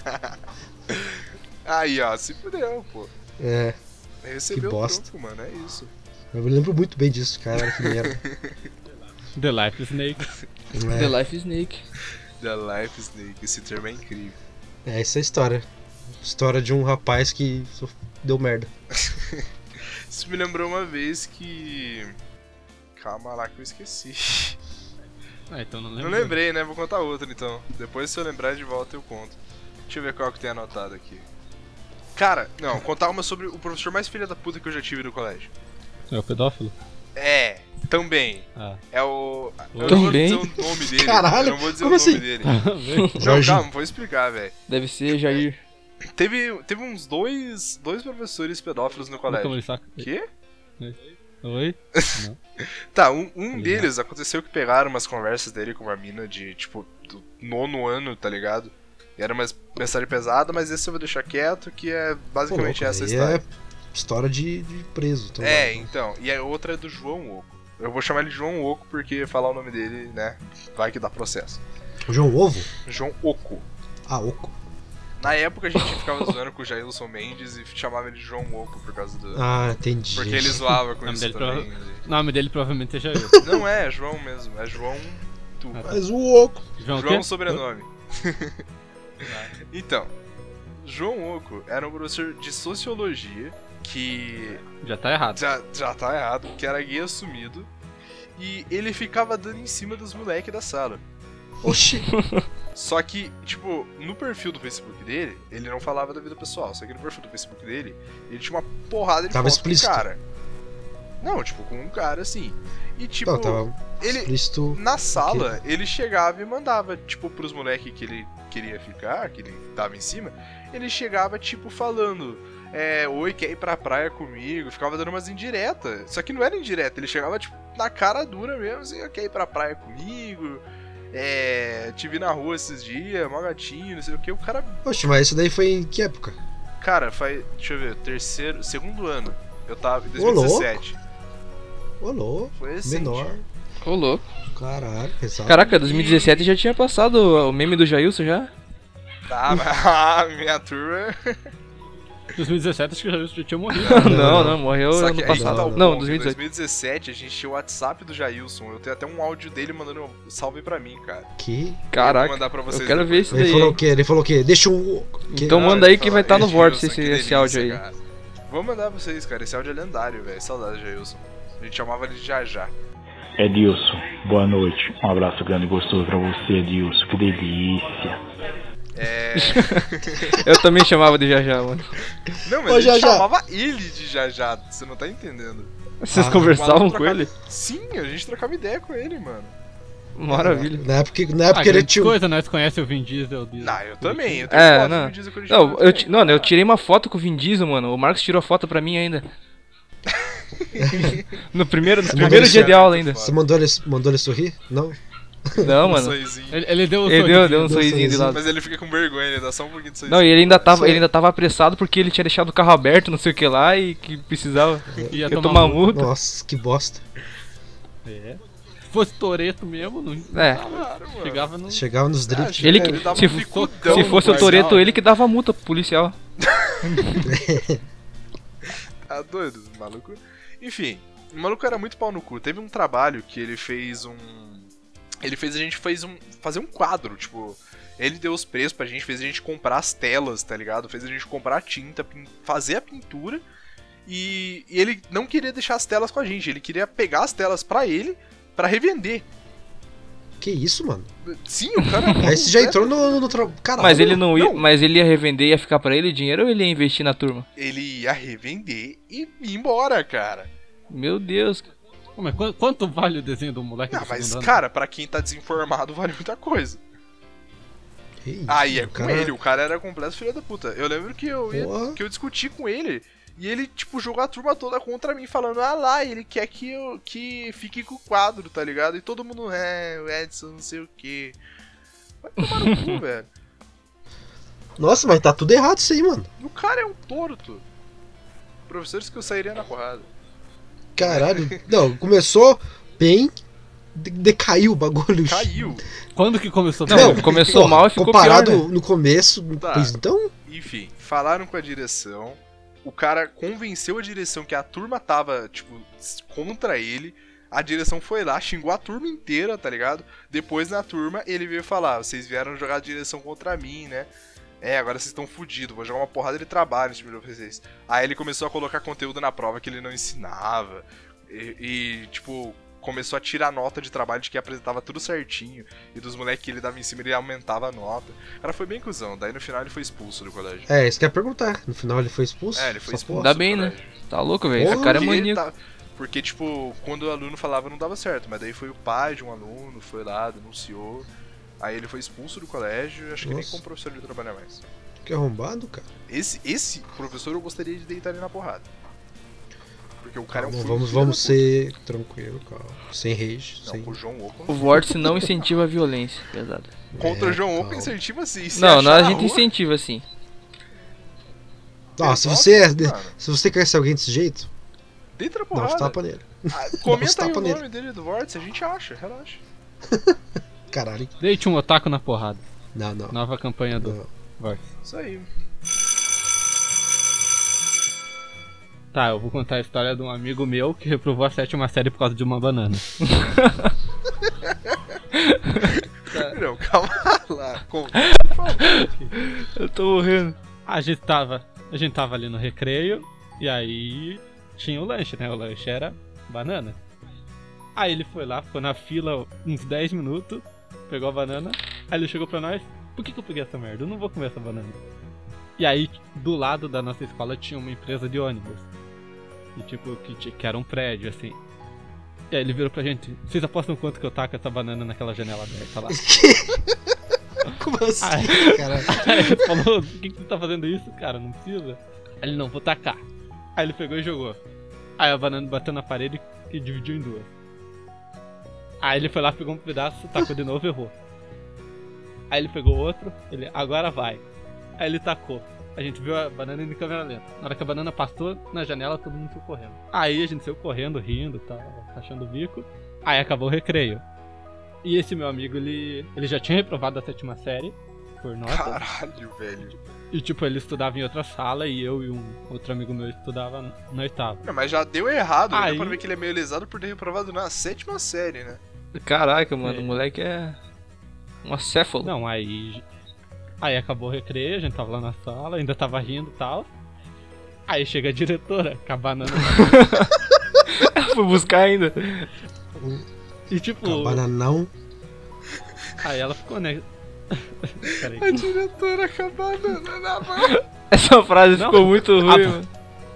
Speaker 1: Aí, ó, se fudeu, pô.
Speaker 3: É,
Speaker 1: Recebeu
Speaker 3: Que
Speaker 1: o
Speaker 3: bosta.
Speaker 1: troco, mano, é isso.
Speaker 3: eu me lembro muito bem disso, cara, que merda.
Speaker 2: The Life Snake.
Speaker 4: The Life Snake.
Speaker 1: The Life Snake, esse termo é incrível.
Speaker 3: Essa é a história. História de um rapaz que deu merda.
Speaker 1: Isso me lembrou uma vez que... Calma lá que eu esqueci.
Speaker 2: Ah, então não
Speaker 1: Não
Speaker 2: lembro.
Speaker 1: lembrei, né? Vou contar outra então. Depois, se eu lembrar de volta, eu conto. Deixa eu ver qual que tem anotado aqui. Cara, não, contar uma sobre o professor mais filha da puta que eu já tive no colégio.
Speaker 2: É o pedófilo?
Speaker 1: É, também.
Speaker 2: Ah.
Speaker 1: É o. Eu não vou
Speaker 4: Também?
Speaker 1: dizer o nome dele.
Speaker 3: Caralho,
Speaker 1: eu não vou dizer
Speaker 3: como
Speaker 1: o nome
Speaker 3: assim?
Speaker 1: dele. Não,
Speaker 3: Jorginho.
Speaker 1: calma, vou explicar, velho.
Speaker 4: Deve ser Jair.
Speaker 1: Teve uns dois professores pedófilos no
Speaker 2: Nunca
Speaker 1: colégio.
Speaker 2: me saco.
Speaker 1: Quê?
Speaker 2: Oi?
Speaker 1: Tá, um
Speaker 2: ligado.
Speaker 1: deles aconteceu que pegaram umas conversas dele com uma mina de, tipo, do 9º ano, tá ligado? E era uma mensagem pesada, mas esse eu vou deixar quieto, que é basicamente
Speaker 3: Pô, louco,
Speaker 1: essa
Speaker 3: aí
Speaker 1: história.
Speaker 3: É história de preso. Então
Speaker 1: É, então. E a outra é do João Oco. Eu vou chamar ele de João Oco porque falar o nome dele, né, vai que dá processo.
Speaker 3: O João Ovo?
Speaker 1: João Oco.
Speaker 3: Ah, Oco.
Speaker 1: Na época a gente ficava zoando com o Jailson Mendes e chamava ele de João Oco por causa do...
Speaker 3: Ah, entendi.
Speaker 1: Porque ele zoava com
Speaker 2: O nome
Speaker 1: isso
Speaker 2: dele
Speaker 1: também.
Speaker 2: O nome dele provavelmente seja eu.
Speaker 1: Não é João mesmo, é João Tu.
Speaker 2: Ah, tá.
Speaker 3: Mas o Oco.
Speaker 2: João o
Speaker 1: João
Speaker 2: quê?
Speaker 1: sobrenome. Então, João Oco era um professor de sociologia que
Speaker 2: Já tá errado.
Speaker 1: já tá errado, que era gay assumido, e ele ficava dando em cima dos moleques da sala.
Speaker 3: Oxi.
Speaker 1: Só que, tipo, no perfil do Facebook dele, ele não falava da vida pessoal, só que no perfil do Facebook dele, ele tinha uma porrada de
Speaker 3: Tava
Speaker 1: foto com um
Speaker 3: explícito.
Speaker 1: cara. Não, tipo, com um cara assim. E tipo,
Speaker 3: Não, tava
Speaker 1: ele
Speaker 3: explícito.
Speaker 1: na sala, ele chegava e mandava, tipo, pros moleques que ele queria ficar, que ele tava em cima, ele chegava, tipo, falando, oi, quer ir pra praia comigo? Ficava dando umas indiretas. Só que não era indireta, ele chegava, tipo, na cara dura mesmo, assim, quer ir pra praia comigo? Te vi na rua esses dias, mó gatinho, não sei o que. O cara,
Speaker 3: Oxe, mas isso daí foi em que época?
Speaker 1: cara, faz, deixa eu ver, segundo ano. Eu tava em
Speaker 3: Ô, louco.
Speaker 1: 2017.
Speaker 3: Ô, louco.
Speaker 1: Foi recente.
Speaker 3: Menor.
Speaker 4: Ô, louco.
Speaker 3: Caralho, pesado.
Speaker 4: Caraca, 2017 já tinha passado o meme do Jailson já?
Speaker 1: Tá, mas minha turma.
Speaker 2: 2017 acho que já tinha morrido.
Speaker 4: Não, morreu
Speaker 1: Só
Speaker 4: ano
Speaker 1: que aí
Speaker 4: passado.
Speaker 1: tá o
Speaker 4: Não,
Speaker 1: ponto,
Speaker 4: 2018.
Speaker 1: Em 2017 a gente tinha o WhatsApp do Jailson. Eu tenho até um áudio dele mandando um salve pra mim, cara.
Speaker 3: Que?
Speaker 1: Eu vou
Speaker 4: Caraca,
Speaker 1: mandar pra vocês
Speaker 4: eu quero ver
Speaker 1: depois.
Speaker 4: isso
Speaker 3: Ele
Speaker 4: daí.
Speaker 3: falou o
Speaker 4: hein?
Speaker 3: quê? Ele falou o quê? Deixa um. Que...
Speaker 4: Então
Speaker 1: Ah,
Speaker 4: manda aí
Speaker 1: ele
Speaker 4: que
Speaker 1: fala,
Speaker 4: vai estar no
Speaker 1: "Ei,
Speaker 4: vórtice
Speaker 1: Jailson,
Speaker 4: esse
Speaker 1: que
Speaker 4: áudio aí.
Speaker 1: delícia, cara." Vou mandar pra vocês, cara. Esse áudio é lendário, velho. Saudade do Jailson. A gente chamava ele de Jajá.
Speaker 5: Edilson, boa noite. Um abraço grande e gostoso pra você, Edilson. Que delícia.
Speaker 4: Eu também chamava de Jajá, mano.
Speaker 1: Não, mas
Speaker 3: Ô,
Speaker 1: a gente
Speaker 3: Jajá.
Speaker 1: chamava ele de Jajá. Você não tá entendendo.
Speaker 4: Vocês
Speaker 3: Ah,
Speaker 4: conversavam
Speaker 1: O maluco
Speaker 4: com
Speaker 1: trocava-
Speaker 4: ele?
Speaker 1: Sim, a gente trocava ideia com ele, mano.
Speaker 4: Maravilha.
Speaker 3: Na época
Speaker 2: Ah,
Speaker 3: ele
Speaker 2: grande
Speaker 3: tinha.
Speaker 2: coisa, nós conhecemos o Vin Diesel.
Speaker 1: Não, eu também. Eu tenho
Speaker 4: É,
Speaker 1: foto
Speaker 4: não.
Speaker 1: do Vin Diesel quando a gente
Speaker 4: Não,
Speaker 1: tava
Speaker 4: eu,
Speaker 1: junto.
Speaker 4: mano, eu tirei uma foto com o Vin Diesel, mano. O Marcos tirou a foto pra mim ainda. No primeiro
Speaker 3: mandou
Speaker 4: dia
Speaker 3: isso,
Speaker 4: de aula ainda.
Speaker 3: Você mandou ele sorrir? Não?
Speaker 4: Não,
Speaker 1: Um
Speaker 4: mano.
Speaker 1: sorrisinho.
Speaker 2: Ele deu um
Speaker 4: Ele
Speaker 2: sorrisinho.
Speaker 4: deu um sorrisinho de lado.
Speaker 1: Mas ele fica com vergonha, ele dá só um pouquinho de sorrisinho.
Speaker 4: Não, e ele ainda tava apressado porque ele tinha deixado o carro aberto, não sei o que lá, e que precisava.
Speaker 2: Ia
Speaker 4: Ia tomar multa.
Speaker 3: Nossa, que bosta.
Speaker 2: É. Se fosse Toreto mesmo, não
Speaker 4: É.
Speaker 1: Claro, mano.
Speaker 2: chegava no...
Speaker 3: Chegava nos drift.
Speaker 4: Ele
Speaker 1: Ele
Speaker 4: que,
Speaker 1: dava
Speaker 4: se,
Speaker 1: um bicudão
Speaker 4: se
Speaker 1: no
Speaker 4: fosse o
Speaker 1: guarda.
Speaker 4: Toreto, ele que dava multa pro policial.
Speaker 1: Tá doido, maluco. Enfim, o maluco era muito pau no cu. Teve um trabalho que ele fez a gente fazer um quadro, tipo. Ele deu os preços pra gente, fez a gente comprar as telas, tá ligado? Fez a gente comprar a tinta, fazer a pintura. E ele não queria deixar as telas com a gente, ele queria pegar as telas pra ele, pra revender.
Speaker 3: Que isso, mano?
Speaker 1: Sim, o cara.
Speaker 3: Aí você já entrou no caralho.
Speaker 4: Mas ele não ia,
Speaker 1: não.
Speaker 4: mas ele ia revender e ia ficar pra ele o dinheiro ou ele ia investir na turma?
Speaker 1: Ele ia revender e ir embora, cara.
Speaker 4: Meu Deus.
Speaker 2: Pô, mas quanto vale o desenho do moleque
Speaker 1: Ah,
Speaker 2: do
Speaker 1: mas,
Speaker 2: segundo ano?
Speaker 1: cara, pra quem tá desinformado, vale muita coisa.
Speaker 3: Que isso,
Speaker 1: Aí é
Speaker 3: o
Speaker 1: com
Speaker 3: cara-
Speaker 1: ele, o cara era completo filho da puta. Eu lembro que
Speaker 3: Porra.
Speaker 1: que eu discuti com ele e ele, tipo, jogou a turma toda contra mim, falando, ah lá, ele quer que fique com o quadro, tá ligado? E todo mundo, o Edson, não sei o que. Vai tomar no cu, velho.
Speaker 3: Nossa, mas tá tudo errado isso aí, mano.
Speaker 1: O cara é um torto. Professores que eu sairia na porrada.
Speaker 3: Caralho. Não, começou bem, decaiu o bagulho.
Speaker 1: Caiu.
Speaker 2: Quando que começou?
Speaker 4: Não, começou mal e ficou
Speaker 3: comparado
Speaker 4: pior, né?
Speaker 3: no começo,
Speaker 1: Tá.
Speaker 3: pois então...
Speaker 1: Enfim, falaram com a direção. O cara convenceu a direção que a turma tava, tipo, contra ele. A direção foi lá, xingou a turma inteira, tá ligado? Depois na turma ele veio falar: vocês vieram jogar a direção contra mim, né? Agora vocês estão fudidos, vou jogar uma porrada de trabalho em cima de vocês. Aí ele começou a colocar conteúdo na prova que ele não ensinava. Tipo, começou a tirar nota de trabalho de que apresentava tudo certinho. E dos moleques que ele dava em cima, ele aumentava a nota. O cara foi bem cuzão, daí no final ele foi expulso do colégio.
Speaker 3: É, isso que eu ia perguntar. No final ele foi expulso?
Speaker 1: Ele foi
Speaker 3: Só
Speaker 1: expulso.
Speaker 4: Ainda
Speaker 1: do
Speaker 4: bem, né?
Speaker 1: colégio.
Speaker 4: Tá louco, velho. Esse
Speaker 3: Porra,
Speaker 4: cara é
Speaker 1: Porque
Speaker 4: maníaco.
Speaker 1: Porque, tipo, quando o aluno falava não dava certo, mas daí foi o pai de um aluno, foi lá, denunciou. Aí ele foi expulso do colégio e acho que nem
Speaker 3: Nossa.
Speaker 1: como professor ele trabalha mais.
Speaker 3: Que arrombado, cara.
Speaker 1: Esse professor eu gostaria de deitar ele na porrada. Porque o cara é um
Speaker 3: Calma,
Speaker 1: filho da
Speaker 3: vamos
Speaker 1: puta.
Speaker 3: ser tranquilo, calma. Sem rage,
Speaker 1: Não,
Speaker 3: sem...
Speaker 1: com o João Oco.
Speaker 4: O vórtice não incentiva a violência, pesado.
Speaker 1: Contra o João Oco
Speaker 3: calma.
Speaker 1: incentiva sim. Se
Speaker 4: Não,
Speaker 1: achar
Speaker 4: não, a
Speaker 1: na
Speaker 4: gente
Speaker 1: rua,
Speaker 4: incentiva sim.
Speaker 3: Ah, se
Speaker 1: Nossa,
Speaker 3: você,
Speaker 1: mano.
Speaker 3: se você conhece alguém desse jeito,
Speaker 1: deita na
Speaker 3: dá uns
Speaker 1: porrada.
Speaker 3: tapas nele.
Speaker 1: Ah, comenta
Speaker 3: Dá uns
Speaker 1: aí o
Speaker 3: tapa
Speaker 1: nome
Speaker 3: nele.
Speaker 1: dele do Vórtice, a gente acha, relaxa.
Speaker 3: Caralho.
Speaker 2: Deite um otaku na porrada.
Speaker 3: Não.
Speaker 2: Nova campanha do
Speaker 3: Não.
Speaker 2: Vórtice.
Speaker 1: Isso aí.
Speaker 2: Tá, eu vou contar a história de um amigo meu que reprovou a 7ª série por causa de uma banana.
Speaker 1: Não, calma lá.
Speaker 4: Eu tô morrendo.
Speaker 2: A gente tava ali no recreio e aí tinha o lanche, né? O lanche era banana. Aí ele foi lá, ficou na fila uns 10 minutos, pegou a banana, aí ele chegou pra nós: por que eu peguei essa merda? Eu não vou comer essa banana. E aí, do lado da nossa escola tinha uma empresa de ônibus. E tipo, que era um prédio, assim. E aí ele virou pra gente: vocês apostam quanto que eu taco essa banana naquela janela aberta lá?
Speaker 3: Como assim,
Speaker 2: Ai.
Speaker 3: caralho?
Speaker 2: Aí ele falou: por que você tá fazendo isso, cara? Não precisa. Aí ele: não, vou tacar. Aí ele pegou e jogou. Aí a banana bateu na parede e dividiu em duas. Aí ele foi lá, pegou um pedaço, tacou de novo e errou. Aí ele pegou outro, ele: agora vai. Aí ele tacou. A gente viu a banana indo em câmera lenta. Na hora que a banana passou na janela, todo mundo saiu correndo. Aí a gente saiu correndo, rindo, tal, rachando o bico. Aí acabou o recreio. E esse meu amigo, ele já tinha reprovado a 7ª série por nota.
Speaker 1: Caralho, velho.
Speaker 2: E tipo, ele estudava em outra sala e eu e um outro amigo meu estudava na 8ª.
Speaker 1: Não, mas já deu errado,
Speaker 2: Aí-
Speaker 1: deu pra ver que ele é meio lesado por ter reprovado na 7ª série, né?
Speaker 4: Caraca, mano,
Speaker 2: É.
Speaker 4: o moleque é um acéfalo.
Speaker 2: Não, aí acabou o recreio, a gente tava lá na sala, ainda tava rindo e tal. Aí chega a diretora com a banana.
Speaker 4: Fui buscar ainda.
Speaker 2: E tipo,
Speaker 3: Bananão.
Speaker 2: aí ela ficou, né? Peraí.
Speaker 1: A diretora com a banana na mão.
Speaker 4: Essa frase
Speaker 2: Não,
Speaker 4: ficou muito ruim,
Speaker 2: a-
Speaker 4: mano.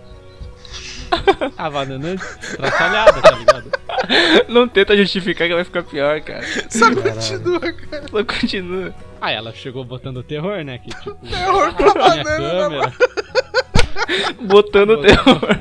Speaker 2: A banana estraçalhada, tá ligado?
Speaker 4: Não tenta justificar que vai ficar pior, cara.
Speaker 1: Só
Speaker 3: Caralho.
Speaker 1: continua, cara.
Speaker 4: Só continua.
Speaker 2: Aí ela chegou botando terror, né? Que tipo,
Speaker 1: Terror com a
Speaker 2: tinha
Speaker 1: banana na mão.
Speaker 2: câmera.
Speaker 4: Botando o terror.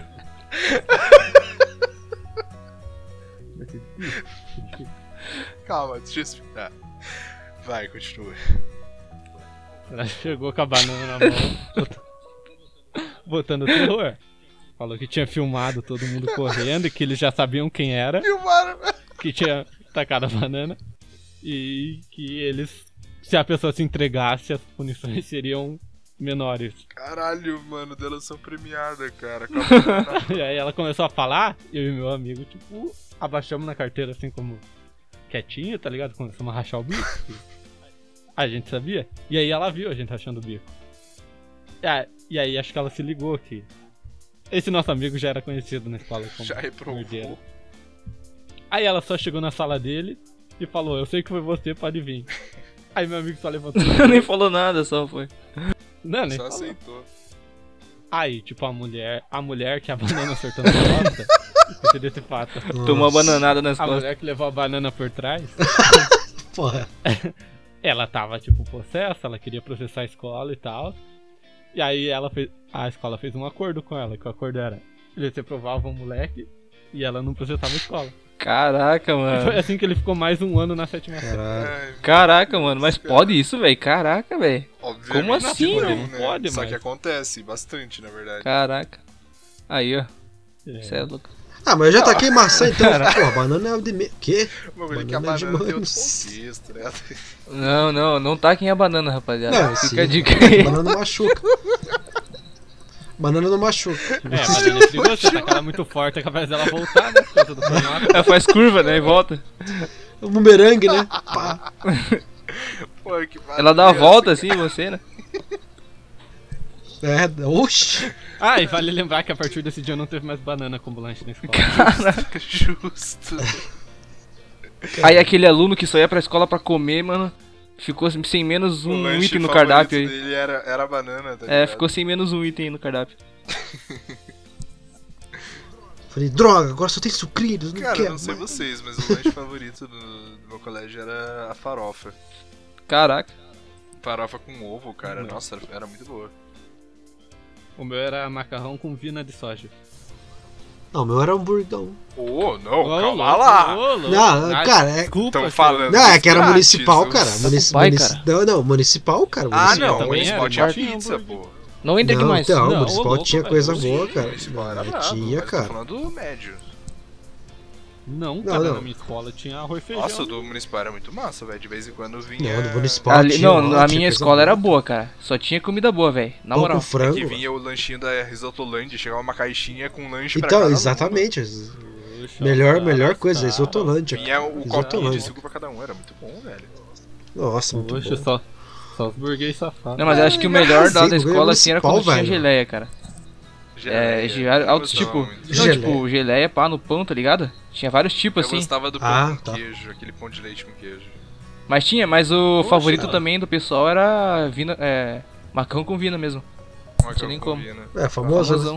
Speaker 1: Calma, deixa eu explicar. Vai, continua.
Speaker 2: Ela chegou com a banana na mão, botando terror. Falou que tinha filmado todo mundo correndo e que eles já sabiam quem era,
Speaker 1: Filmaram.
Speaker 2: que tinha tacado a banana e que eles, se a pessoa se entregasse, as punições seriam menores.
Speaker 1: Caralho, mano, delação premiada, cara. Acabou.
Speaker 2: E aí ela começou a falar, eu e meu amigo, tipo, abaixamos na carteira assim como quietinho, tá ligado? Começamos a rachar o bico. A gente sabia. E aí ela viu a gente rachando o bico. E aí acho que ela se ligou que esse nosso amigo já era conhecido na escola como
Speaker 1: Já reprovou.
Speaker 2: merdeiro. Aí ela só chegou na sala dele e falou, eu sei que foi você, pode vir. Aí meu amigo só levantou.
Speaker 4: Nem falou nada, só foi.
Speaker 2: Não, nem
Speaker 1: Só
Speaker 2: falou.
Speaker 1: aceitou.
Speaker 2: Aí, tipo, a mulher que a banana acertou na costa, esqueci desse fato.
Speaker 4: Tomou uma bananada nas
Speaker 2: A
Speaker 4: costas.
Speaker 2: mulher que levou a banana por trás,
Speaker 3: Porra.
Speaker 2: ela tava, tipo, possessa, ela queria processar a escola e tal. E aí a escola fez um acordo com ela, que o acordo era, eles reprovavam o moleque e ela não processava a escola.
Speaker 4: Caraca,
Speaker 2: E foi
Speaker 4: mano.
Speaker 2: assim que ele ficou mais um ano na 7ª série.
Speaker 3: Caralho.
Speaker 1: Ai,
Speaker 4: Caraca, mano. Mas pode isso, velho? Caraca, velho.
Speaker 1: obviamente
Speaker 4: Como assim,
Speaker 1: não,
Speaker 2: não
Speaker 1: né?
Speaker 2: pode,
Speaker 1: Só
Speaker 2: mas-
Speaker 1: que acontece bastante, na verdade.
Speaker 4: Caraca. Aí, ó.
Speaker 2: É.
Speaker 4: Cê é louco.
Speaker 3: Ah, mas eu já taquei maçã então. Porra, banana é de quê?
Speaker 1: O bagulho é que a
Speaker 3: Banana de
Speaker 1: banana tem outro
Speaker 3: manos.
Speaker 1: contexto, né?
Speaker 4: Não taquem a banana, rapaziada.
Speaker 3: Não,
Speaker 4: Fica
Speaker 3: sim.
Speaker 4: a dica aí.
Speaker 3: Banana não machuca. Banana não machuca.
Speaker 2: É, a banana é perigosa, você tacar ela muito forte, é capaz dela voltar, né? Por causa do formato.
Speaker 4: Ela faz curva, né? E volta.
Speaker 3: O bumerangue, né? Pá.
Speaker 1: Pô, que
Speaker 4: Ela dá a
Speaker 1: maravilha
Speaker 4: volta
Speaker 1: essa,
Speaker 4: assim em você, né?
Speaker 3: É, oxi.
Speaker 2: Ah, e vale lembrar que a partir desse dia não teve mais banana como lanche na escola.
Speaker 1: cara. Justo.
Speaker 4: Aí aquele aluno que só ia pra escola pra comer, mano, ficou sem menos
Speaker 1: O
Speaker 4: um
Speaker 1: lanche
Speaker 4: item no
Speaker 1: favorito
Speaker 4: cardápio aí.
Speaker 1: dele era a banana, tá
Speaker 4: É,
Speaker 1: ligado?
Speaker 4: ficou sem menos um item no cardápio.
Speaker 3: Falei, droga, agora só tem sucrilhos, não
Speaker 1: Cara,
Speaker 3: quero.
Speaker 1: não sei
Speaker 3: mais.
Speaker 1: vocês, mas o lanche favorito do meu colégio era a farofa.
Speaker 4: Caraca.
Speaker 1: Farofa com ovo, cara.
Speaker 2: Não.
Speaker 1: Nossa, era muito boa.
Speaker 2: O meu era macarrão com vina de soja.
Speaker 3: Não, o meu era hamburgão.
Speaker 1: Oh, não,
Speaker 2: Ô,
Speaker 1: calma
Speaker 2: louco,
Speaker 1: lá.
Speaker 2: ô, louco.
Speaker 3: Não,
Speaker 2: Ah,
Speaker 3: cara, é-
Speaker 2: desculpa,
Speaker 1: Tão falando.
Speaker 3: Não, é que era
Speaker 1: Grátis,
Speaker 3: municipal,
Speaker 1: os-
Speaker 3: cara.
Speaker 4: pai, cara.
Speaker 3: Não, municipal, cara.
Speaker 1: Ah,
Speaker 3: municipal.
Speaker 1: não, o
Speaker 2: também
Speaker 1: municipal
Speaker 2: era,
Speaker 1: tinha
Speaker 2: mas tinha
Speaker 1: pizza,
Speaker 2: hambúrguer.
Speaker 1: pô.
Speaker 4: Não entra aqui
Speaker 3: Não,
Speaker 4: mais.
Speaker 3: então,
Speaker 2: Não,
Speaker 3: o municipal
Speaker 2: ô, louco,
Speaker 3: tinha
Speaker 2: velho.
Speaker 3: coisa
Speaker 1: Sim,
Speaker 3: boa,
Speaker 1: o
Speaker 3: cara.
Speaker 1: municipal era
Speaker 3: É,
Speaker 1: brabo,
Speaker 3: tinha,
Speaker 1: mas
Speaker 3: cara.
Speaker 1: tô falando do médio.
Speaker 2: Não,
Speaker 3: Não,
Speaker 2: cara,
Speaker 3: não.
Speaker 2: na minha escola tinha arroz e feijão.
Speaker 1: Nossa, o do municipal era muito massa, velho. De vez em quando vinha.
Speaker 3: Não, do municipal
Speaker 4: Ali,
Speaker 3: tinha
Speaker 4: não,
Speaker 3: lá,
Speaker 4: a
Speaker 3: tinha
Speaker 4: minha
Speaker 3: coisa
Speaker 4: escola era
Speaker 3: boa.
Speaker 4: boa, cara. Só tinha comida boa, velho. Na
Speaker 3: Pão
Speaker 4: moral.
Speaker 3: com frango.
Speaker 1: Que vinha o lanchinho da Risotolândia, chegava uma caixinha com lanche pra
Speaker 3: Então,
Speaker 1: cada
Speaker 3: exatamente.
Speaker 2: Puxa,
Speaker 3: Melhor
Speaker 2: cara,
Speaker 3: coisa,
Speaker 2: tá.
Speaker 3: Isotolândia.
Speaker 1: Vinha o copinho de
Speaker 3: Isotolândia.
Speaker 1: suco pra cada um, era muito bom, velho.
Speaker 3: Nossa, muito
Speaker 2: Poxa,
Speaker 3: bom.
Speaker 2: só os burguês safados.
Speaker 4: Não, mas eu acho que o melhor
Speaker 3: Sim,
Speaker 4: da
Speaker 3: o
Speaker 4: escola assim era quando
Speaker 3: municipal,
Speaker 4: tinha
Speaker 3: velho.
Speaker 4: geleia, cara. É,
Speaker 1: Geleia,
Speaker 4: altos
Speaker 1: eu gostava
Speaker 4: tipo.
Speaker 1: muito.
Speaker 4: Não,
Speaker 3: Geleia.
Speaker 4: tipo, geleia pá no pão, tá ligado? Tinha vários tipos
Speaker 1: Eu
Speaker 4: assim.
Speaker 1: gostava do pão
Speaker 3: Ah,
Speaker 1: com
Speaker 3: tá.
Speaker 1: queijo, aquele pão de leite com queijo.
Speaker 4: Mas o
Speaker 1: Poxa.
Speaker 4: favorito também do pessoal era vina, macarrão com vina mesmo.
Speaker 1: Macarrão
Speaker 4: nem
Speaker 1: com
Speaker 4: como.
Speaker 1: vina.
Speaker 3: É famoso, né?
Speaker 4: Famosão.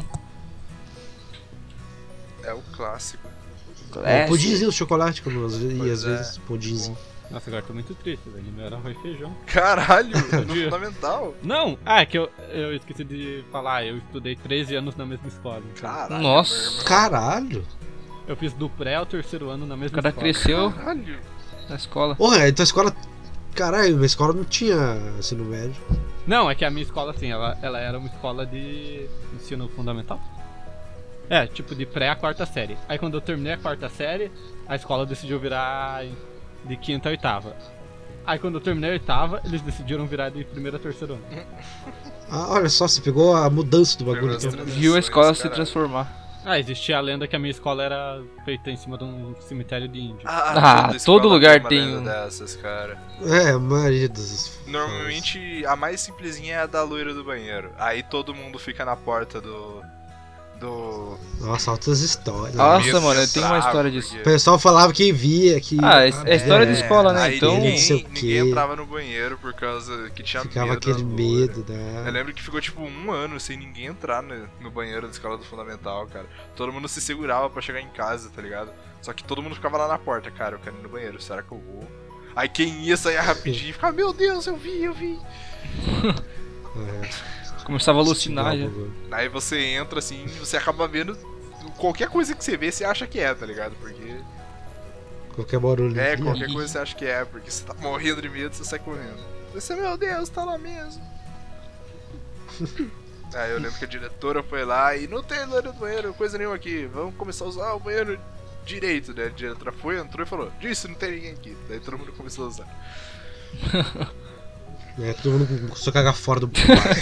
Speaker 1: É o clássico.
Speaker 3: É,
Speaker 4: É,
Speaker 3: pudinzinho de chocolate, como às vezes, e
Speaker 1: Pois
Speaker 3: às
Speaker 1: é.
Speaker 3: vezes pudinzinho.
Speaker 2: Nossa, agora tô muito triste, velho. Não era arroz e feijão.
Speaker 1: Caralho, no
Speaker 2: Dia.
Speaker 1: fundamental.
Speaker 2: Não, é que eu esqueci de falar, eu estudei 13 anos na mesma escola. Então
Speaker 1: Caralho.
Speaker 4: Nossa.
Speaker 1: meu irmão.
Speaker 3: Caralho!
Speaker 2: eu fiz do pré ao 3º ano na
Speaker 4: O
Speaker 2: mesma
Speaker 4: cara
Speaker 2: escola.
Speaker 4: cresceu
Speaker 1: Caralho.
Speaker 4: na escola.
Speaker 3: Porra, então a escola. Caralho, minha escola não tinha ensino médio.
Speaker 2: Não, é que a minha escola, assim, ela era uma escola de ensino fundamental. É, tipo de pré a 4ª série. Aí quando eu terminei a 4ª série, a escola decidiu virar de 5ª a 8ª. Aí quando eu terminei a 8ª, eles decidiram virar de 1º a 3º ano.
Speaker 3: Ah, olha só, você pegou a mudança do bagulho.
Speaker 1: Pegou as
Speaker 3: Então.
Speaker 1: transições,
Speaker 4: Viu a escola se
Speaker 1: caralho.
Speaker 4: transformar.
Speaker 2: Ah, existia a lenda que a minha escola era feita em cima de um cemitério de índio.
Speaker 4: Ah,
Speaker 1: toda escola
Speaker 4: todo lugar
Speaker 1: uma
Speaker 4: tem
Speaker 1: lenda
Speaker 4: um.
Speaker 1: dessas, cara.
Speaker 3: É, a maioria das.
Speaker 1: Normalmente a mais simplesinha é a da loira do banheiro. Aí todo mundo fica na porta do.
Speaker 3: Nossa, altas histórias.
Speaker 4: Nossa,
Speaker 1: Medo
Speaker 4: mano,
Speaker 1: de
Speaker 4: eu tenho uma
Speaker 1: entrar,
Speaker 4: história
Speaker 1: porque-
Speaker 4: disso.
Speaker 3: O pessoal falava que via, que.
Speaker 4: Ah, é história de escola, né?
Speaker 1: Aí
Speaker 4: Então-
Speaker 1: ninguém,
Speaker 3: Não sei o
Speaker 1: ninguém
Speaker 3: quê.
Speaker 1: entrava no banheiro por causa que tinha
Speaker 3: Ficava
Speaker 1: medo.
Speaker 3: aquele
Speaker 1: da loira.
Speaker 3: medo,
Speaker 1: Eu
Speaker 3: né?
Speaker 1: lembro que ficou tipo 1 ano sem ninguém entrar no banheiro da escola do fundamental, cara. Todo mundo se segurava pra chegar em casa, tá ligado? Só que todo mundo ficava lá na porta, cara, eu quero ir no banheiro, será que eu vou? Aí quem ia sair rapidinho e ficava, meu Deus, eu vi.
Speaker 3: É,
Speaker 4: Começava a alucinar já.
Speaker 1: Aí você entra assim, você acaba vendo qualquer coisa que você vê, você acha que é, tá ligado? Porque
Speaker 3: Qualquer barulho.
Speaker 1: É, qualquer coisa você acha que é, porque você tá morrendo de medo, você sai correndo. Você, meu Deus, tá lá mesmo. Aí eu lembro que a diretora foi lá e não tem loira do banheiro, coisa nenhuma aqui. Vamos começar a usar o banheiro direito, né? A diretora foi, entrou e falou: Disse, não tem ninguém aqui. Daí todo mundo começou a usar.
Speaker 3: É, todo mundo começou a cagar fora do bar.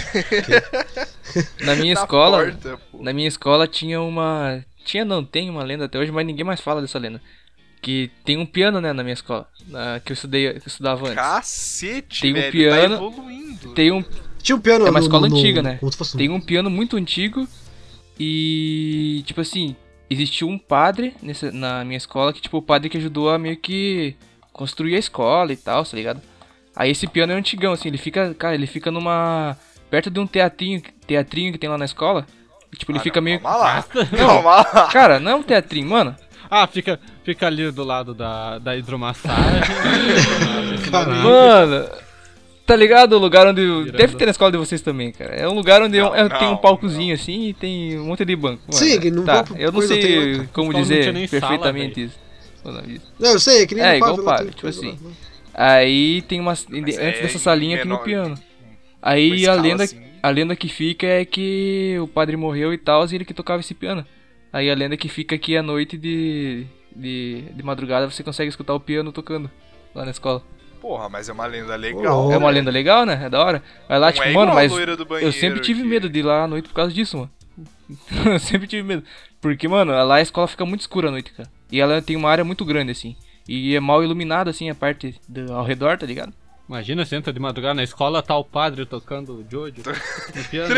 Speaker 4: Na minha
Speaker 1: Na
Speaker 4: escola,
Speaker 1: porta, pô.
Speaker 4: na minha escola tinha uma... Tem uma lenda até hoje, mas ninguém mais fala dessa lenda. Que tem um piano, né, na minha escola, que eu estudava antes.
Speaker 1: Cacete,
Speaker 4: Tem um
Speaker 1: velho,
Speaker 4: piano,
Speaker 1: tá evoluindo.
Speaker 4: Tem um,
Speaker 3: Tinha um piano
Speaker 4: É uma escola antiga, né?
Speaker 3: Como se fosse
Speaker 4: tem um piano muito antigo e, tipo assim, existiu um padre na minha escola que, tipo, o padre que ajudou a meio que construir a escola e tal, tá ligado? Aí esse piano é antigão, assim, ele fica numa... perto de um teatrinho que tem lá na escola. E, tipo, ele fica meio...
Speaker 1: Calma lá, calma lá.
Speaker 4: Cara, não é um teatrinho, mano.
Speaker 2: Ah, fica ali do lado da hidromassagem.
Speaker 3: Caralho.
Speaker 4: Mano, tá ligado o lugar onde...
Speaker 2: Virando.
Speaker 4: Deve ter na escola de vocês também, cara. É um lugar onde tem um
Speaker 1: não,
Speaker 4: palcozinho assim e tem um monte de banco. Mano.
Speaker 3: Sim, que não
Speaker 4: tá,
Speaker 3: palco-
Speaker 4: eu não
Speaker 3: coisa tem
Speaker 4: sei
Speaker 3: lá,
Speaker 4: como
Speaker 2: Escola não
Speaker 4: dizer
Speaker 2: tinha nem sala,
Speaker 4: perfeitamente isso.
Speaker 3: Não, eu sei, é que nem
Speaker 4: É,
Speaker 3: no
Speaker 4: igual
Speaker 3: Pablo,
Speaker 4: o
Speaker 3: lá
Speaker 4: Pablo,
Speaker 3: tem
Speaker 4: tipo
Speaker 3: coisa
Speaker 4: assim.
Speaker 3: lá.
Speaker 4: Aí tem uma... antes
Speaker 1: é
Speaker 4: dessa salinha aqui no
Speaker 1: menor.
Speaker 4: piano.
Speaker 1: Uma
Speaker 4: Aí a
Speaker 1: escala
Speaker 4: lenda,
Speaker 1: assim.
Speaker 4: a lenda que fica é que o padre morreu e tal, e ele que tocava esse piano. Aí a lenda que fica aqui à noite de madrugada você consegue escutar o piano tocando lá na escola.
Speaker 1: Porra, mas é uma lenda legal.
Speaker 3: Oh.
Speaker 4: É uma lenda legal, né? É da hora. Vai lá,
Speaker 1: Não
Speaker 4: tipo,
Speaker 1: é
Speaker 4: mano,
Speaker 1: igual a
Speaker 4: mas
Speaker 1: loira do
Speaker 4: eu
Speaker 1: banheiro
Speaker 4: sempre tive
Speaker 1: que-
Speaker 4: medo de ir lá à noite por causa disso, mano. Eu sempre tive medo. Porque, mano, lá a escola fica muito escura à noite, cara. E ela tem uma área muito grande, assim. E é mal iluminada, assim, a parte ao redor, tá ligado?
Speaker 2: Imagina, você entra de madrugada na escola, tá o padre tocando o Jojo no piano.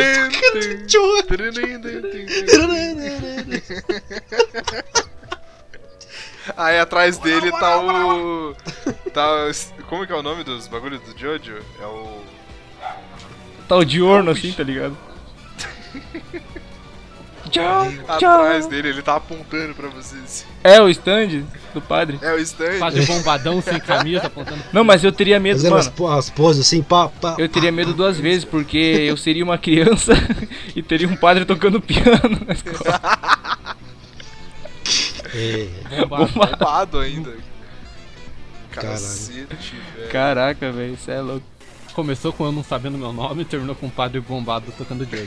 Speaker 1: Aí atrás dele tá o... Como que é o nome dos bagulhos do Jojo? É o...
Speaker 4: Tá o diorno, assim, tá ligado? Tchau,
Speaker 1: Atrás
Speaker 4: tchau.
Speaker 1: dele, ele tá apontando pra vocês.
Speaker 4: É o stand do padre.
Speaker 1: É o stand.
Speaker 2: Padre bombadão, sem camisa, apontando.
Speaker 4: Não, mas eu teria medo,
Speaker 3: Fazendo
Speaker 4: mano.
Speaker 3: as poses assim, pá.
Speaker 4: Eu teria medo duas vezes, porque eu seria uma criança e teria um padre tocando piano na escola.
Speaker 3: É,
Speaker 2: Bombado.
Speaker 1: Bombado ainda.
Speaker 3: Caralho.
Speaker 1: Cacete, velho.
Speaker 4: Caraca, velho, isso é louco.
Speaker 2: Começou com eu não sabendo meu nome e terminou com um padre bombado tocando Jojo.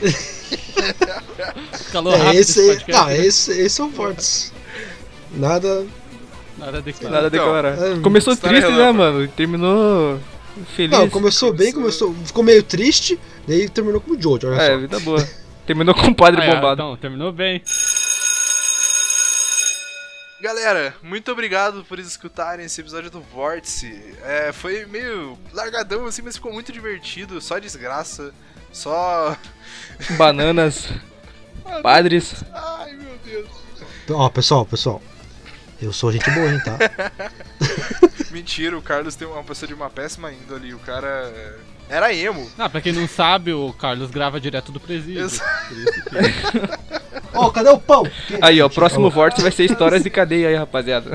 Speaker 2: Calou rápido
Speaker 3: esse,
Speaker 2: podcast,
Speaker 3: não,
Speaker 2: né?
Speaker 3: esse é o Fortes. Nada.
Speaker 2: Nada de
Speaker 4: Nada a declarar.
Speaker 3: é,
Speaker 4: Começou
Speaker 1: história
Speaker 4: triste, né,
Speaker 1: relâmpago.
Speaker 4: mano? E terminou feliz.
Speaker 3: Não, começou bem, ficou meio triste, daí terminou com o Jojo, olha
Speaker 4: É,
Speaker 3: só.
Speaker 4: vida boa. Terminou com o padre
Speaker 2: Ah,
Speaker 4: bombado.
Speaker 2: então, terminou bem.
Speaker 1: Galera, muito obrigado por escutarem esse episódio do Vórtice. Foi meio largadão assim, mas ficou muito divertido. Só desgraça. Só...
Speaker 4: Bananas, padres.
Speaker 1: Ai, meu Deus.
Speaker 3: Ó, pessoal, eu sou gente boa, hein, tá?
Speaker 1: Mentira, o Carlos tem uma pessoa de uma péssima índole. O cara era emo.
Speaker 2: Ah, pra quem não sabe, o Carlos grava direto do presídio.
Speaker 1: Exato.
Speaker 2: Por isso que...
Speaker 3: Ó, cadê o pão?
Speaker 4: Aí, ó, próximo vórtice vai ser histórias de cadeia aí, rapaziada.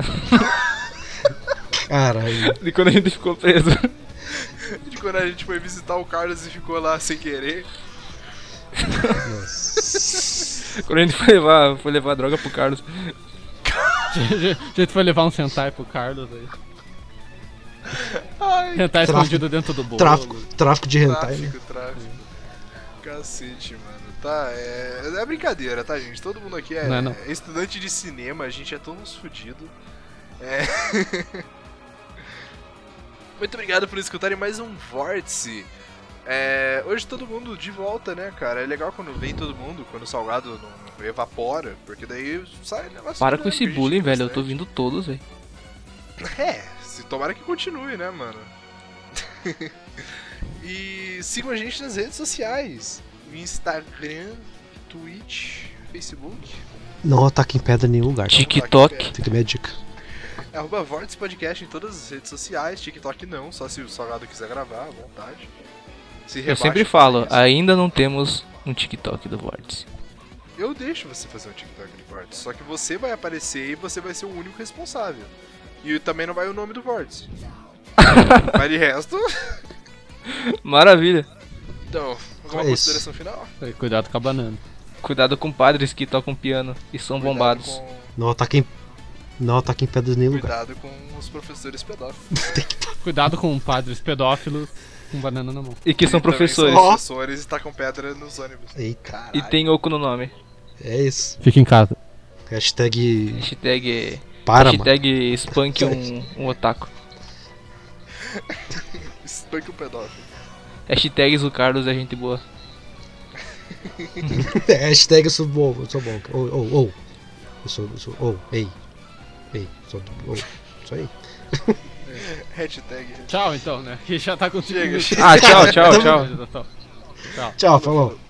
Speaker 3: Caralho.
Speaker 4: De quando a gente ficou preso.
Speaker 1: De quando a gente foi visitar o Carlos e ficou lá sem querer.
Speaker 3: Nossa.
Speaker 4: Quando a gente foi levar droga pro Carlos.
Speaker 2: A gente foi levar um Sentai pro Carlos aí.
Speaker 1: Ai,
Speaker 2: Sentai
Speaker 3: Tráfico.
Speaker 2: escondido dentro do bolo.
Speaker 3: Tráfico de hentai, né?
Speaker 1: tráfico. Cacete, mano. Tá, é brincadeira, tá, gente? Todo mundo aqui é,
Speaker 2: Não é não.
Speaker 1: é estudante de cinema, a gente é todos fudidos. Muito obrigado por escutarem mais um Vórtice. Hoje todo mundo de volta, né, cara? É legal quando vem todo mundo, quando o salgado não evapora, porque daí sai negócio.
Speaker 4: Para com esse
Speaker 1: dinâmico, a gente
Speaker 4: bullying,
Speaker 1: gosta,
Speaker 4: velho. Eu tô
Speaker 1: né?
Speaker 4: vindo todos, velho.
Speaker 1: Se tomara que continue, né, mano? E sigam a gente nas redes sociais: Instagram, Twitch, Facebook.
Speaker 3: Não ataque em pedra em nenhum lugar. Tá?
Speaker 4: TikTok.
Speaker 3: Tem que ter minha dica.
Speaker 1: @ Vórtice Podcast em todas as redes sociais. TikTok não, só se o Salgado quiser gravar, à vontade. Se
Speaker 4: Eu
Speaker 1: rebaixa
Speaker 4: sempre
Speaker 1: pra
Speaker 4: falo,
Speaker 1: isso.
Speaker 4: ainda não temos um TikTok do Vórtice.
Speaker 1: Eu deixo você fazer um TikTok de Vórtice, só que você vai aparecer e você vai ser o único responsável. E também não vai o nome do Vórtice. Mas de resto...
Speaker 4: Maravilha.
Speaker 1: Então, alguma
Speaker 3: É isso.
Speaker 1: consideração final?
Speaker 2: Cuidado com a banana.
Speaker 4: Cuidado com padres que tocam piano e são
Speaker 1: Cuidado
Speaker 4: bombados.
Speaker 1: com-
Speaker 3: Não ataque em... Não ataque em pedras em nenhum lugar.
Speaker 1: Cuidado com os professores pedófilos.
Speaker 2: Cuidado com padres pedófilos com banana na mão.
Speaker 4: E que são professores.
Speaker 1: Também são professores e tacam pedra nos ônibus.
Speaker 3: Eita,
Speaker 1: Caralho.
Speaker 4: E tem oco no nome.
Speaker 3: é isso.
Speaker 2: Fica em casa.
Speaker 3: Hashtag
Speaker 4: Hashtag.
Speaker 3: para, mano.
Speaker 4: Hashtag spunk um otaku.
Speaker 1: Espanque o pedófilo.
Speaker 4: Hashtag o Carlos é gente boa.
Speaker 3: Hashtag eu sou bom, cara. Eu sou, ei, sou bom. Isso aí.
Speaker 1: Hashtag.
Speaker 2: Tchau então, né? Que já tá contigo.
Speaker 1: Chega.
Speaker 4: Ah, tchau.
Speaker 3: Tchau, falou.